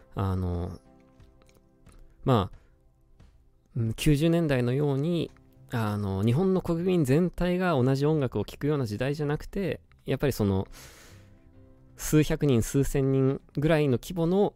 まあ90年代のように日本の国民全体が同じ音楽を聴くような時代じゃなくて、やっぱりその数百人数千人ぐらいの規模の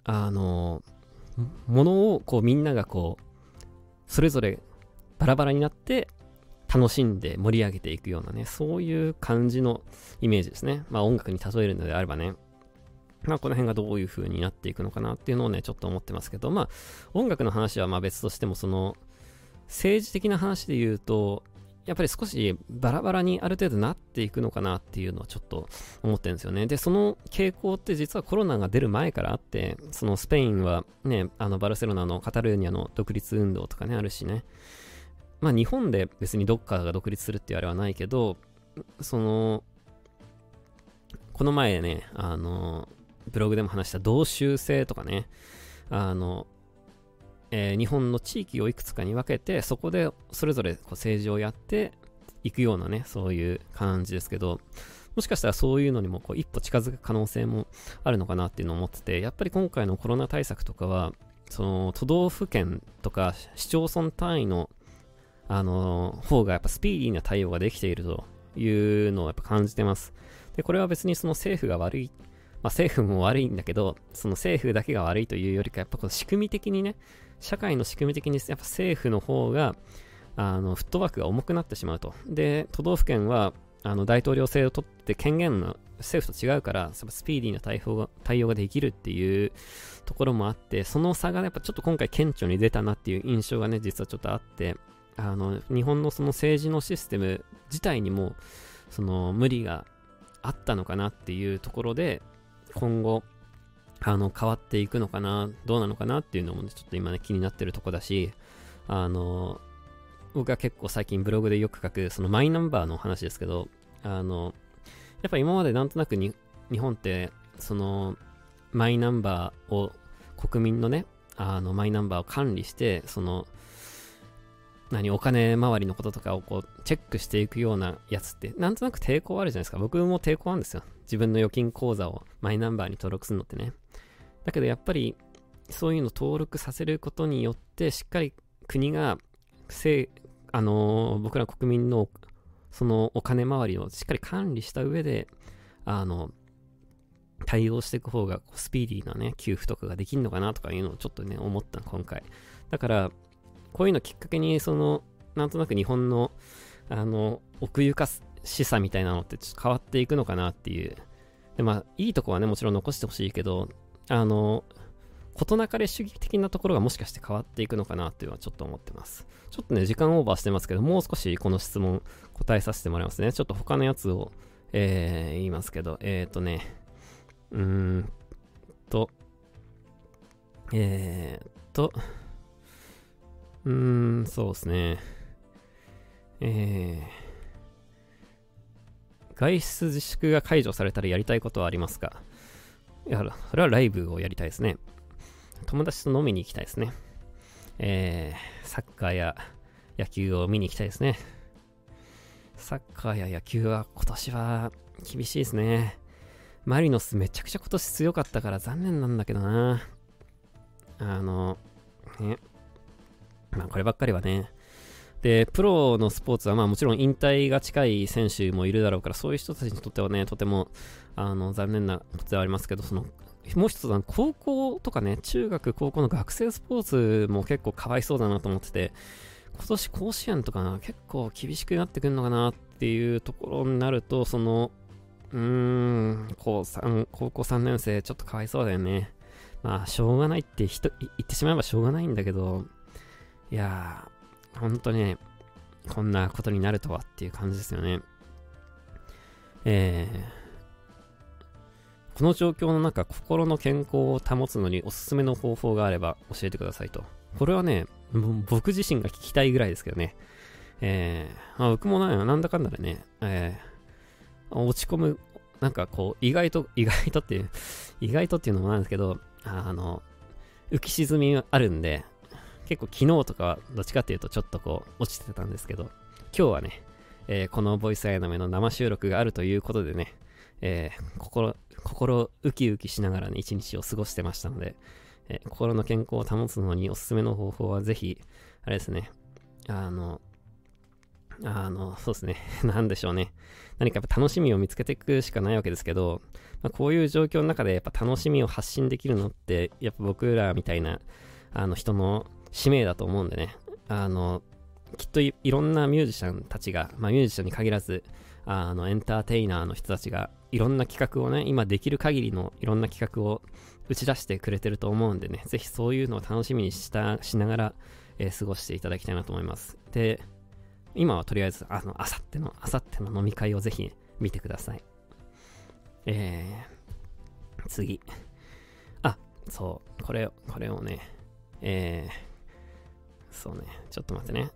ものをこうみんながこうそれぞれバラバラになって楽しんで盛り上げていくようなね、そういう感じのイメージですね。まあ音楽に例えるのであればね、まあこの辺がどういう風になっていくのかなっていうのをねちょっと思ってますけど、まあ音楽の話はまあ別としても、その政治的な話で言うとやっぱり少しバラバラにある程度なっていくのかなっていうのはちょっと思ってるんですよね。でその傾向って実はコロナが出る前からあって、そのスペインはねバルセロナのカタルーニャの独立運動とかねあるしね、まあ日本で別にどっかが独立するっていうあれはないけど、そのこの前ねブログでも話した同州制とかね日本の地域をいくつかに分けて、そこでそれぞれこう政治をやっていくようなね、そういう感じですけど、もしかしたらそういうのにもこう一歩近づく可能性もあるのかなっていうのを思ってて、やっぱり今回のコロナ対策とかは、その都道府県とか市町村単位の方がやっぱスピーディーな対応ができているというのをやっぱ感じてます。で、これは別にその政府が悪い、政府も悪いんだけど、その政府だけが悪いというよりか、やっぱこの仕組み的にね、社会の仕組み的にやっぱ政府の方がフットワークが重くなってしまうと。で、都道府県は大統領制を取って権限の政府と違うから、スピーディーな対応ができるっていうところもあって、その差がやっぱちょっと今回顕著に出たなっていう印象がね、実はちょっとあって、日本のその政治のシステム自体にも、その無理があったのかなっていうところで、今後、変わっていくのかな、どうなのかなっていうのもね、ちょっと今ね、気になってるとこだし、僕が結構最近ブログでよく書く、そのマイナンバーの話ですけど、やっぱ今までなんとなく日本って、その、マイナンバーを、国民のね、マイナンバーを管理して、その、お金回りのこととかをこう、チェックしていくようなやつって、なんとなく抵抗あるじゃないですか。僕も抵抗あるんですよ。自分の預金口座をマイナンバーに登録するのってね。だけどやっぱり、そういうの登録させることによって、しっかり国が、僕ら国民のそのお金回りをしっかり管理した上で、対応していく方がスピーディーなね、給付とかができるのかなとかいうのをちょっとね、思った今回。だから、こういうのきっかけに、なんとなく日本の、奥ゆかしさみたいなのってちょっと変わっていくのかなっていう。で、いいとこはね、もちろん残してほしいけど、事なかれ主義的なところがもしかして変わっていくのかなっていうのはちょっと思ってます。ちょっとね、時間オーバーしてますけど、もう少しこの質問答えさせてもらいますね。ちょっと他のやつを、言いますけど、そうですね。外出自粛が解除されたらやりたいことはありますか？いや、それはライブをやりたいですね。友達と飲みに行きたいですね。サッカーや野球を見に行きたいですね。サッカーや野球は今年は厳しいですね。マリノスめちゃくちゃ今年強かったから残念なんだけどな。こればっかりはね。で、プロのスポーツはもちろん引退が近い選手もいるだろうから、そういう人たちにとってはね、とても残念なことではありますけど、もう一つ高校とかね、中学高校の学生スポーツも結構かわいそうだなと思ってて、今年甲子園とか結構厳しくなってくるのかなっていうところになると、高校3年生ちょっとかわいそうだよね。しょうがないって言ってしまえばしょうがないんだけど、いやー、ほんとね、こんなことになるとはっていう感じですよね。この状況の中、心の健康を保つのにおすすめの方法があれば教えてくださいと。これはね、僕自身が聞きたいぐらいですけどね。僕もなんだかんだでね、落ち込む、意外とっていうのもあるんですけど、浮き沈みあるんで、結構昨日とかはどっちかっていうとちょっと落ちてたんですけど、今日はね、このボイスアイナメの生収録があるということでね、心ウキウキしながらね、一日を過ごしてましたので、心の健康を保つのにおすすめの方法はぜひ、あれですね、そうですね、なんでしょうね。何かやっぱ楽しみを見つけていくしかないわけですけど、こういう状況の中でやっぱ楽しみを発信できるのって、やっぱ僕らみたいな、人の使命だと思うんでね、きっと いろんなミュージシャンたちが、ミュージシャンに限らず、エンターテイナーの人たちが、いろんな企画をね、今できる限りのいろんな企画を打ち出してくれてると思うんでね、ぜひそういうのを楽しみにしながら、過ごしていただきたいなと思います。で、今はとりあえず、あさっての飲み会をぜひ見てください。次。これをね、そうね、ちょっと待ってね。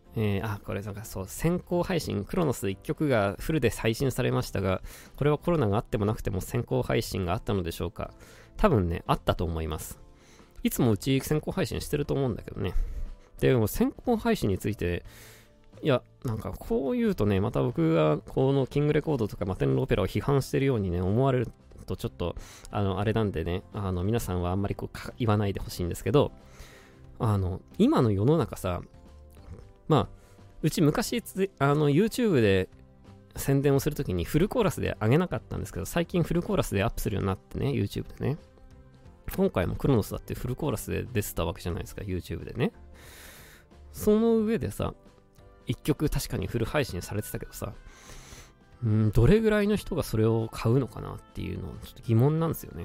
これそう、先行配信、クロノス1曲がフルで配信されましたが、これはコロナがあってもなくても先行配信があったのでしょうか。多分ね、あったと思います。いつもうち先行配信してると思うんだけどね。でも先行配信について、いや、なんかこう言うとね、また僕がこのキングレコードとかマテンロオペラを批判してるようにね、思われるとちょっと、あれなんでね、皆さんはあんまり言わないでほしいんですけど、今の世の中さ、うち昔YouTube で宣伝をするときにフルコーラスで上げなかったんですけど、最近フルコーラスでアップするようになってね、YouTube でね。今回もクロノスだってフルコーラスで出てたわけじゃないですか、YouTube でね。その上でさ、一曲確かにフル配信されてたけどさ、どれぐらいの人がそれを買うのかなっていうのをちょっと疑問なんですよね。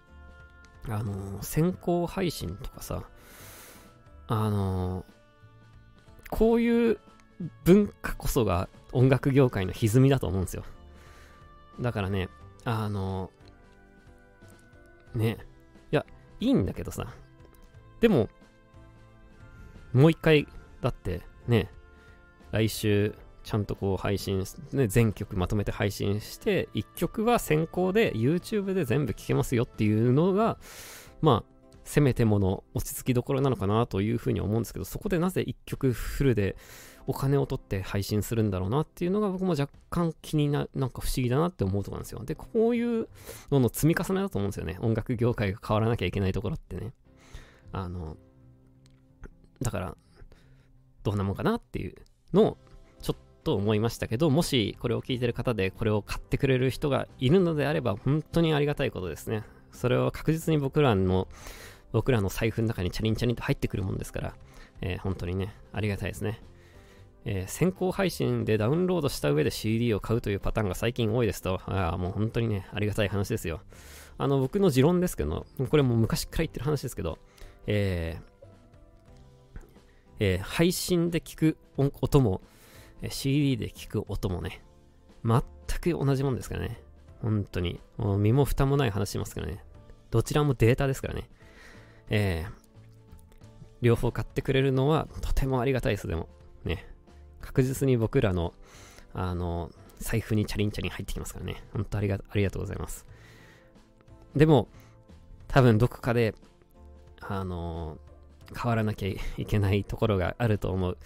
先行配信とかさ、こういう文化こそが音楽業界の歪みだと思うんですよ。だからね、いや、いいんだけどさ、でも、もう一回、だってね、来週、ちゃんとこう配信、ね、全曲まとめて配信して、一曲は先行で YouTube で全部聴けますよっていうのが、せめてもの落ち着きどころなのかなというふうに思うんですけど、そこでなぜ一曲フルでお金を取って配信するんだろうなっていうのが僕も若干なんか不思議だなって思うところなんですよ。で、こういうのの積み重ねだと思うんですよね。音楽業界が変わらなきゃいけないところってね。だから、どんなもんかなっていうのをちょっと思いましたけど、もしこれを聞いてる方でこれを買ってくれる人がいるのであれば、本当にありがたいことですね。それは確実に僕らの財布の中にチャリンチャリンと入ってくるもんですから、本当にね、ありがたいですね。先行配信でダウンロードした上で CD を買うというパターンが最近多いですと、もう本当にね、ありがたい話ですよ。僕の持論ですけど、これも昔から言ってる話ですけど、配信で聞く音も、CD で聞く音もね、全く同じもんですからね。本当に。もう身も蓋もない話しますからね。どちらもデータですからね。両方買ってくれるのはとてもありがたいです。でも、ね。確実に僕らの、財布にチャリンチャリン入ってきますからね。本当ありがとうございます。でも、多分どこかで、変わらなきゃいけないところがあると思う。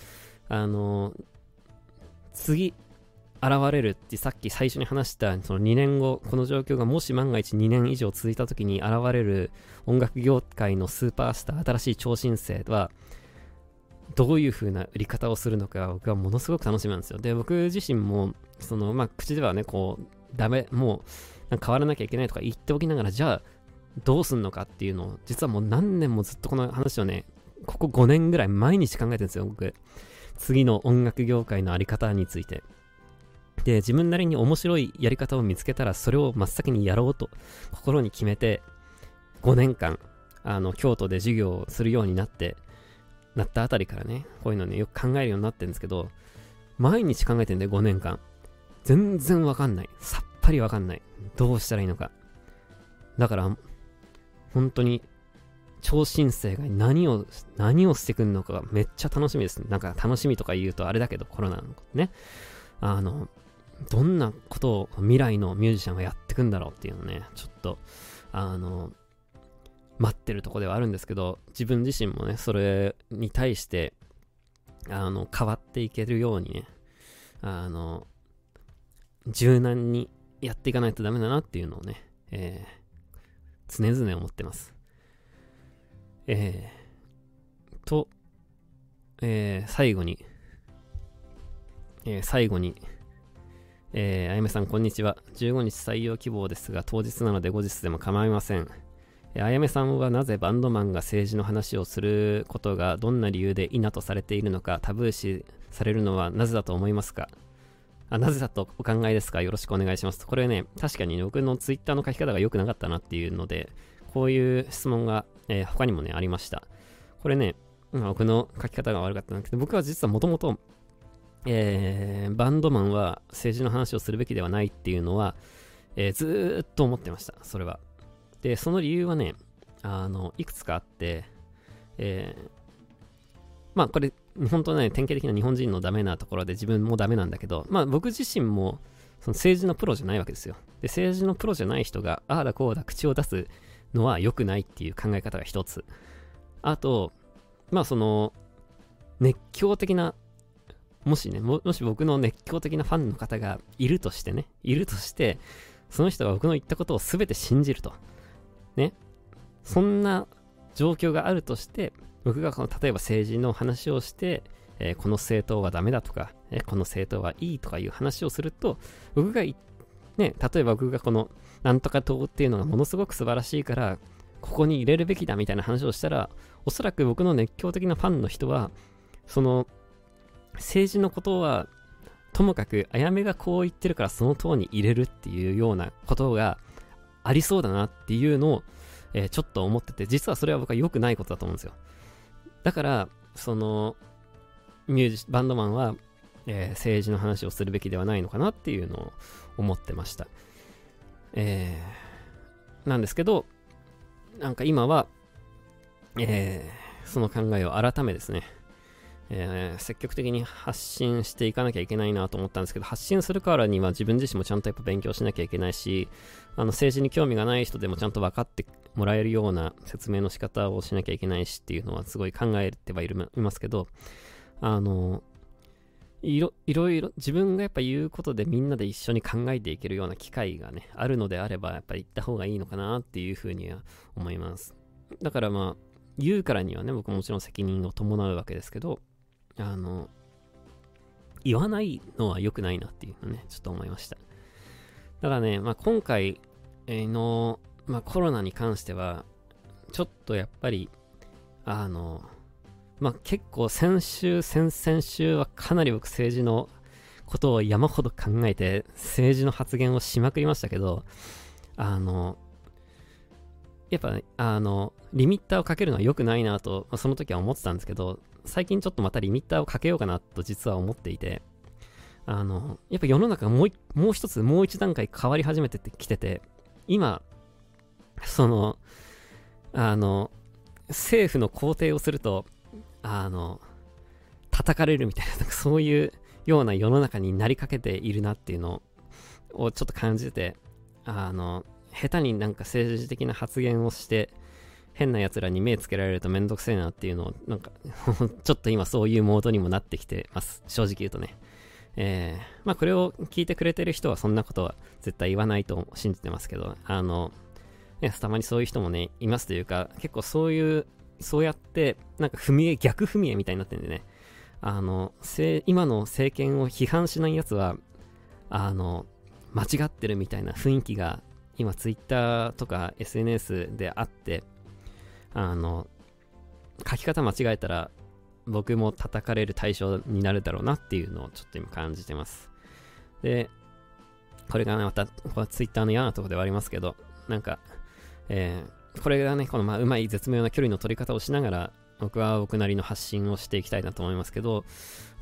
次、現れるってさっき最初に話したその2年後、この状況がもし万が一2年以上続いた時に現れる音楽業界のスーパースター、新しい超新星はどういう風な売り方をするのか僕はものすごく楽しみなんですよ。で、僕自身も口ではね、こうもう変わらなきゃいけないとか言っておきながら、じゃあどうすんのかっていうのを実はもう何年もずっとこの話をね、ここ5年ぐらい毎日考えてるんですよ、僕。次の音楽業界のあり方について。で、自分なりに面白いやり方を見つけたら、それを真っ先にやろうと心に決めて、5年間、京都で授業をするようになったあたりからね、こういうのね、よく考えるようになってるんですけど、毎日考えてんで、5年間。全然わかんない。さっぱりわかんない。どうしたらいいのか。だから、本当に、超新星が何をしてくるのかがめっちゃ楽しみです。なんか楽しみとか言うとあれだけど、コロナのことね。どんなことを未来のミュージシャンがやってくんだろうっていうのね、ちょっと、待ってるとこではあるんですけど、自分自身もね、それに対して、変わっていけるようにね、柔軟にやっていかないとダメだなっていうのをね、常々思ってます。最後に、あやめさんこんにちは。15日採用希望ですが、当日なので後日でも構いません。あやめさんはなぜバンドマンが政治の話をすることがどんな理由で否とされているのか、タブー視されるのはなぜだと思いますか？なぜだとお考えですか？よろしくお願いします。これね、確かに僕のツイッターの書き方が良くなかったなっていうので、こういう質問が、他にもね、ありました。これね、僕の書き方が悪かったんだけど、僕は実はもともと、バンドマンは政治の話をするべきではないっていうのは、ずーっと思ってました。それは。で、その理由はね、いくつかあって、これ本当ね、典型的な日本人のダメなところで自分もダメなんだけど、まあ僕自身もその政治のプロじゃないわけですよ。で、政治のプロじゃない人がああだこうだ口を出すのは良くないっていう考え方が一つ。あと、まあその熱狂的な、もし僕の熱狂的なファンの方がいるとして、その人が僕の言ったことを全て信じると。ね。そんな状況があるとして、僕が例えば政治の話をして、この政党はダメだとか、この政党はいいとかいう話をすると、例えば僕がこのなんとか党っていうのがものすごく素晴らしいから、ここに入れるべきだみたいな話をしたら、おそらく僕の熱狂的なファンの人は、その政治のことはともかくあやめがこう言ってるからその党に入れるっていうようなことがありそうだなっていうのを、ちょっと思ってて、実はそれは僕は良くないことだと思うんですよ。だからそのバンドマンは、政治の話をするべきではないのかなっていうのを思ってました。なんですけど、なんか今は、その考えを改めですね、積極的に発信していかなきゃいけないなと思ったんですけど、発信するからには自分自身もちゃんとやっぱ勉強しなきゃいけないし、政治に興味がない人でもちゃんと分かってもらえるような説明の仕方をしなきゃいけないしっていうのはすごい考えてはいますけど、いろいろ自分がやっぱ言うことでみんなで一緒に考えていけるような機会がね、あるのであればやっぱり言った方がいいのかなっていうふうには思います。だからまあ、言うからにはね、僕もちろん責任を伴うわけですけど、言わないのは良くないなっていうのね、ちょっと思いました。ただね、まあ今回の、まあコロナに関しては、ちょっとやっぱり、まあ結構先々週はかなり僕政治のことを山ほど考えて政治の発言をしまくりましたけど、やっぱね、リミッターをかけるのは良くないなと、その時は思ってたんですけど、最近ちょっとまたリミッターをかけようかなと実は思っていて、やっぱ世の中がもう一段階変わり始めてきてて、今、政府の肯定をすると、叩かれるみたいな、なんかそういうような世の中になりかけているなっていうのをちょっと感じてて、下手になんか政治的な発言をして、変な奴らに目つけられるとめんどくせえなっていうのを、なんかちょっと今そういうモードにもなってきてます。正直言うとね。まあこれを聞いてくれてる人はそんなことは絶対言わないと信じてますけど、たまにそういう人もね、いますというか、結構そうやって、なんか逆踏み絵みたいになってるんでね、今の政権を批判しない奴は、間違ってるみたいな雰囲気が、今ツイッターとか SNS であって、書き方間違えたら僕も叩かれる対象になるだろうなっていうのをちょっと今感じてます。で、これがね、またツイッターの嫌なところではありますけど、なんか、これがね、このうまい絶妙な距離の取り方をしながら、僕は僕なりの発信をしていきたいなと思いますけど、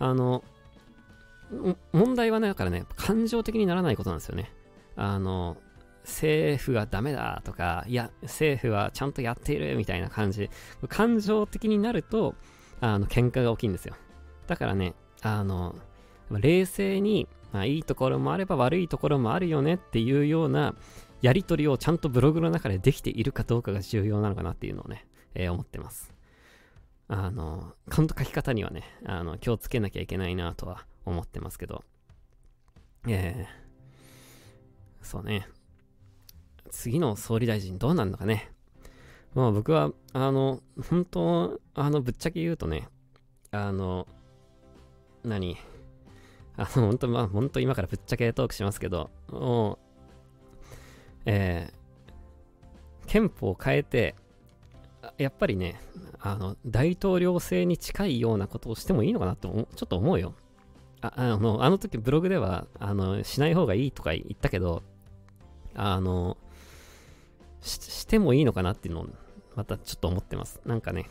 問題はね、だからね、感情的にならないことなんですよね。政府がダメだとか、いや、政府はちゃんとやっているみたいな感じ、感情的になると、喧嘩が起きるんですよ。だからね、冷静に、まあ、いいところもあれば悪いところもあるよねっていうようなやりとりをちゃんとブログの中でできているかどうかが重要なのかなっていうのをね、思ってます。ちゃんと書き方にはね、気をつけなきゃいけないなとは思ってますけど、そうね。次の総理大臣どうなるのかね。まあ僕は、本当、ぶっちゃけ言うとね、本当今からぶっちゃけトークしますけど、もう、憲法を変えて、やっぱりね、大統領制に近いようなことをしてもいいのかなとちょっと思うよ。あの時ブログでは、しない方がいいとか言ったけど、してもいいのかなっていうのをまたちょっと思ってます。なんかね、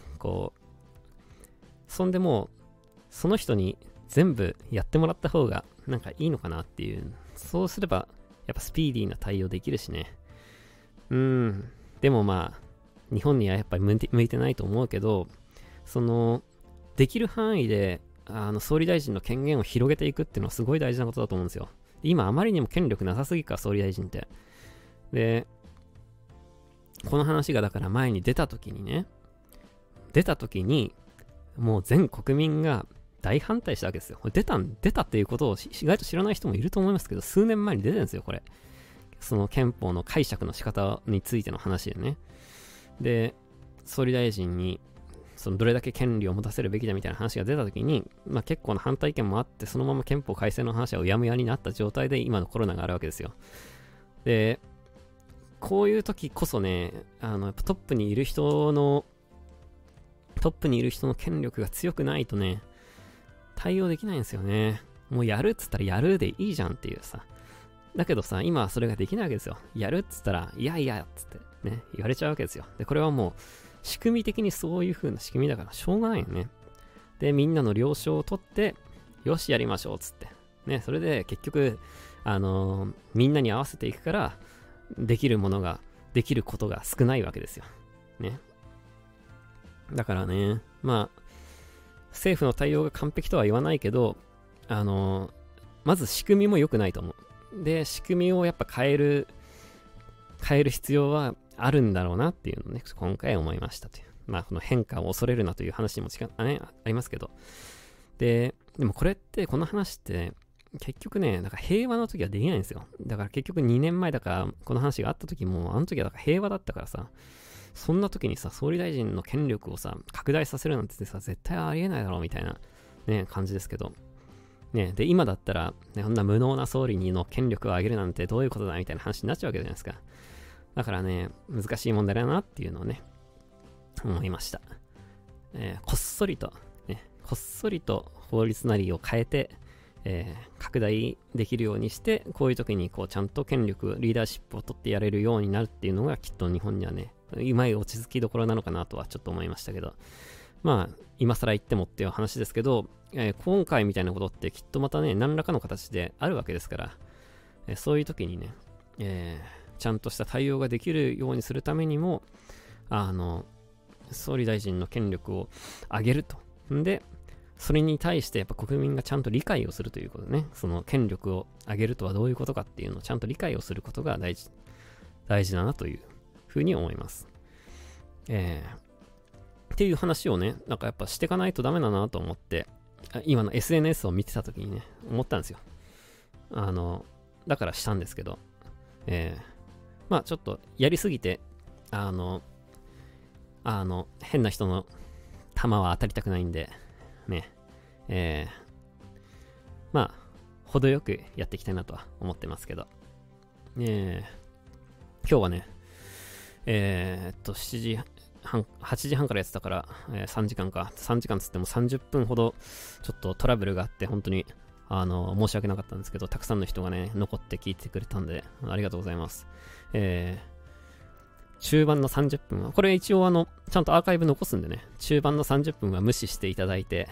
そんでもうその人に全部やってもらった方がなんかいいのかなっていう、そうすればやっぱスピーディーな対応できるしね。でもまあ日本にはやっぱり向いてないと思うけど、 できる範囲で総理大臣の権限を広げていくっていうのはすごい大事なことだと思うんですよ。今あまりにも権力なさすぎか、総理大臣って。で、この話がだから前に出た時に、もう全国民が大反対したわけですよ。出たっていうことを意外と知らない人もいると思いますけど、数年前に出てるんですよ、これ。その憲法の解釈の仕方についての話でね。で、総理大臣にどれだけ権利を持たせるべきだみたいな話が出たときに、結構な反対意見もあって、そのまま憲法改正の話はうやむやになった状態で今のコロナがあるわけですよ。で、こういう時こそね、やっぱトップにいる人の権力が強くないとね、対応できないんですよね。もうやるっつったらやるでいいじゃんっていうさ。だけどさ、今はそれができないわけですよ。やるっつったら、いやいやっつってね、言われちゃうわけですよ。で、これはもう、仕組み的にそういう風な仕組みだからしょうがないよね。で、みんなの了承を取って、よしやりましょうっつって。ね、それで結局、みんなに合わせていくから、できることが少ないわけですよ。ね。だからね、政府の対応が完璧とは言わないけど、まず仕組みも良くないと思う。で、仕組みをやっぱ変える必要はあるんだろうなっていうのをね、今回思いましたという。この変化を恐れるなという話もありますけど。でもこの話って、結局ね、だから平和の時はできないんですよ。だから結局2年前だから、この話があった時も、あの時はだから平和だったからさ、そんな時にさ、総理大臣の権力をさ、拡大させるなんてさ、絶対ありえないだろうみたいな、ね、感じですけど。ね、で、今だったら、ね、こんな無能な総理の権力を上げるなんてどういうことだみたいな話になっちゃうわけじゃないですか。だからね、難しい問題だなっていうのをね、思いました。こっそりと法律なりを変えて、拡大できるようにして、こういう時にちゃんとリーダーシップを取ってやれるようになるっていうのがきっと日本にはね、うまい落ち着きどころなのかなとはちょっと思いましたけど、今更言ってもっていう話ですけど、今回みたいなことってきっとまたね、何らかの形であるわけですから、そういう時にね、ちゃんとした対応ができるようにするためにも、総理大臣の権力を上げると。で、それに対してやっぱ国民がちゃんと理解をするということね、その権力を上げるとはどういうことかっていうのをちゃんと理解をすることが大事だなというふうに思います。っていう話をね、なんかやっぱしていかないとダメだなと思って、今の SNS を見てた時にね、思ったんですよ。だからしたんですけど、ちょっとやりすぎて、変な人の球は当たりたくないんで、ね、程よくやっていきたいなとは思ってますけど、今日はね、7時半、8時半からやってたから、3時間つっても30分ほどちょっとトラブルがあって、本当に申し訳なかったんですけど、たくさんの人がね、残って聞いてくれたんで、ありがとうございます。中盤の30分は、これ一応ちゃんとアーカイブ残すんでね、中盤の30分は無視していただいて、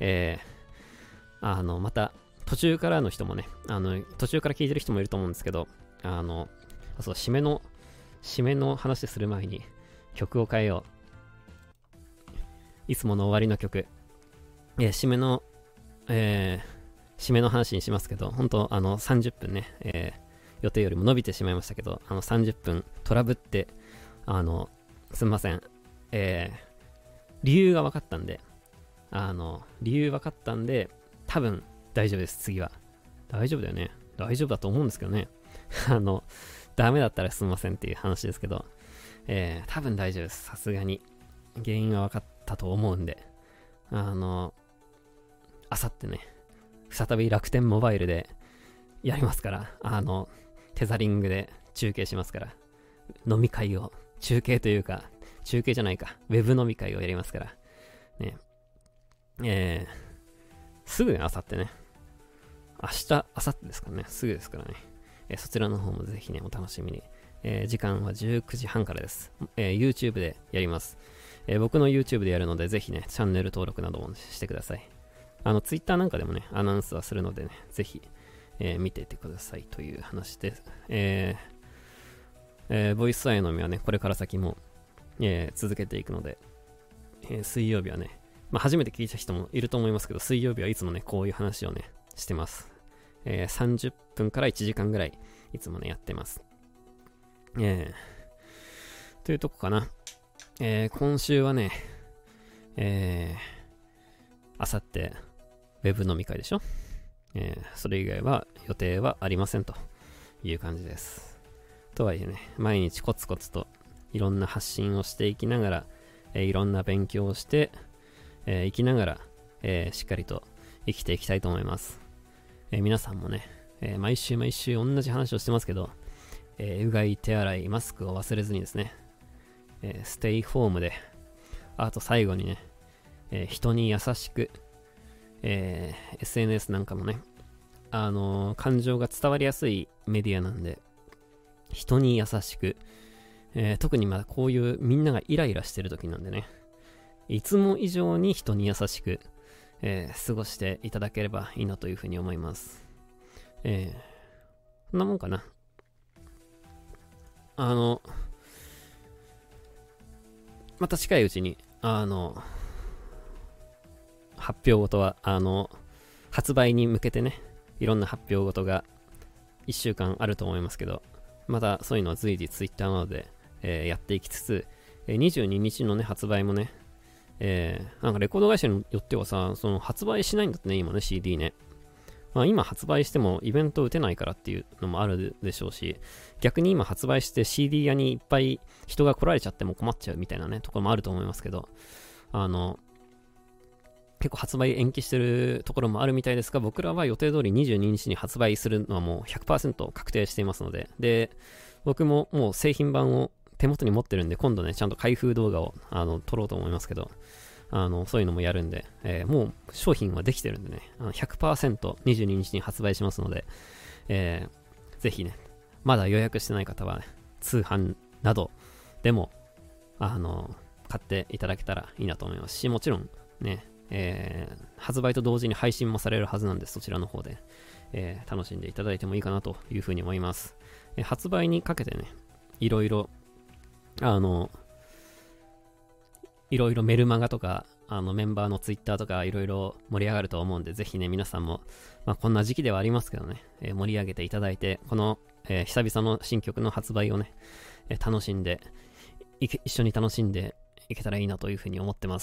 また、途中からの人もね、途中から聞いてる人もいると思うんですけど、締めの話する前に曲を変えよう。いつもの終わりの曲。締めの話にしますけど、本当30分ね、予定よりも伸びてしまいましたけど、30分トラブって、すみません。理由が分かったんで、多分大丈夫です、次は。大丈夫だよね。大丈夫だと思うんですけどね。ダメだったらすみませんっていう話ですけど、多分大丈夫です。さすがに。原因は分かったと思うんで、あさってね、再び楽天モバイルでやりますから、テザリングで中継しますから、飲み会を、中継というか、中継じゃないか、ウェブ飲み会をやりますから、ね、すぐね、あさってね、明日、あさってですからね、すぐですからね、そちらの方もぜひね、お楽しみに。時間は19時半からです。YouTube でやります。僕の YouTube でやるので、ぜひね、チャンネル登録などもしてください。Twitter なんかでもね、アナウンスはするのでね、ぜひ、見ていてくださいという話です。ボイスアイのみはね、これから先も、続けていくので、水曜日はね、 初めて聞いた人もいると思いますけど、水曜日はいつもね、こういう話をね、してます。30分から1時間ぐらい、いつもね、やってます。というとこかな。今週はね、あさって、ウェブ飲み会でしょ。それ以外は予定はありませんという感じです。とはいえね、毎日コツコツといろんな発信をしていきながら、いろんな勉強をして、生きながら、しっかりと生きていきたいと思います。皆さんもね、毎週毎週同じ話をしてますけど、うがい、手洗い、マスクを忘れずにですね、ステイホームで、あと最後にね、人に優しく、SNS なんかもね、感情が伝わりやすいメディアなんで、人に優しく、特にまだこういうみんながイライラしてる時なんでね、いつも以上に人に優しく、過ごしていただければいいなというふうに思います。そんなもんかな。また近いうちに、発表ごとは、発売に向けてね、いろんな発表ごとが1週間あると思いますけど、またそういうのは随時 Twitter などで、やっていきつつ、22日のね、発売もね、なんかレコード会社によってはさ、その発売しないんだってね、今ね、CD ね。今発売してもイベント打てないからっていうのもあるでしょうし、逆に今発売して CD 屋にいっぱい人が来られちゃっても困っちゃうみたいなね、ところもあると思いますけど、結構発売延期してるところもあるみたいですが、僕らは予定通り22日に発売するのはもう 100% 確定していますので、で、僕ももう製品版を手元に持ってるんで、今度ね、ちゃんと開封動画を撮ろうと思いますけど、そういうのもやるんで、もう商品はできてるんでね、100% 22日に発売しますので、ぜひね、まだ予約してない方は、ね、通販などでも、買っていただけたらいいなと思いますし、もちろんね、発売と同時に配信もされるはずなんで、そちらの方で、楽しんでいただいてもいいかなというふうに思います。発売にかけてね、いろいろメルマガとか、メンバーのツイッターとかいろいろ盛り上がると思うんで、ぜひね、皆さんも、こんな時期ではありますけどね、盛り上げていただいて、この、久々の新曲の発売をね、楽しんで、一緒に楽しんでいけたらいいなというふうに思ってます。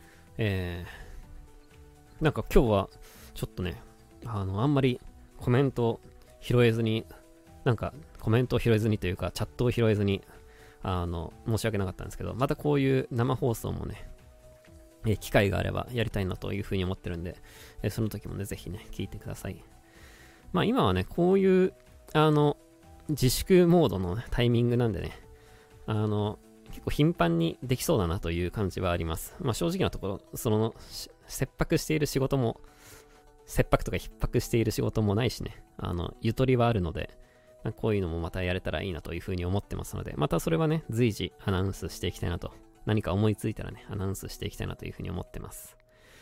なんか今日は、ちょっとね、あんまりコメント拾えずに、コメントを拾えずにというか、チャットを拾えずに、申し訳なかったんですけど、またこういう生放送もね、機会があればやりたいなというふうに思ってるんで、その時もね、ぜひね、聞いてください。今はね、こういう、自粛モードの、ね、タイミングなんでね、結構頻繁にできそうだなという感じはあります。正直なところ、切迫している仕事も、切迫とか逼迫している仕事もないしね、ゆとりはあるので、こういうのもまたやれたらいいなというふうに思ってますので、またそれはね、随時アナウンスしていきたいなと。何か思いついたらね、アナウンスしていきたいなというふうに思ってます。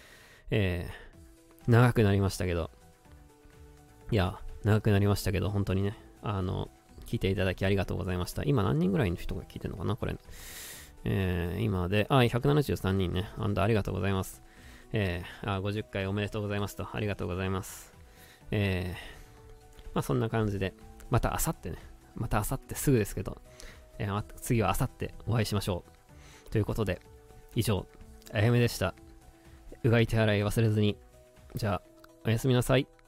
長くなりましたけど、長くなりましたけど、本当にね、聞いていただきありがとうございました。今何人ぐらいの人が聞いてるのかなこれ。今で、173人ね、ありがとうございます。50回おめでとうございますと、ありがとうございます。そんな感じで、またあさってすぐですけど、次はあさってお会いしましょう。ということで、以上、あやめでした。うがい手洗い忘れずに。じゃあ、おやすみなさい。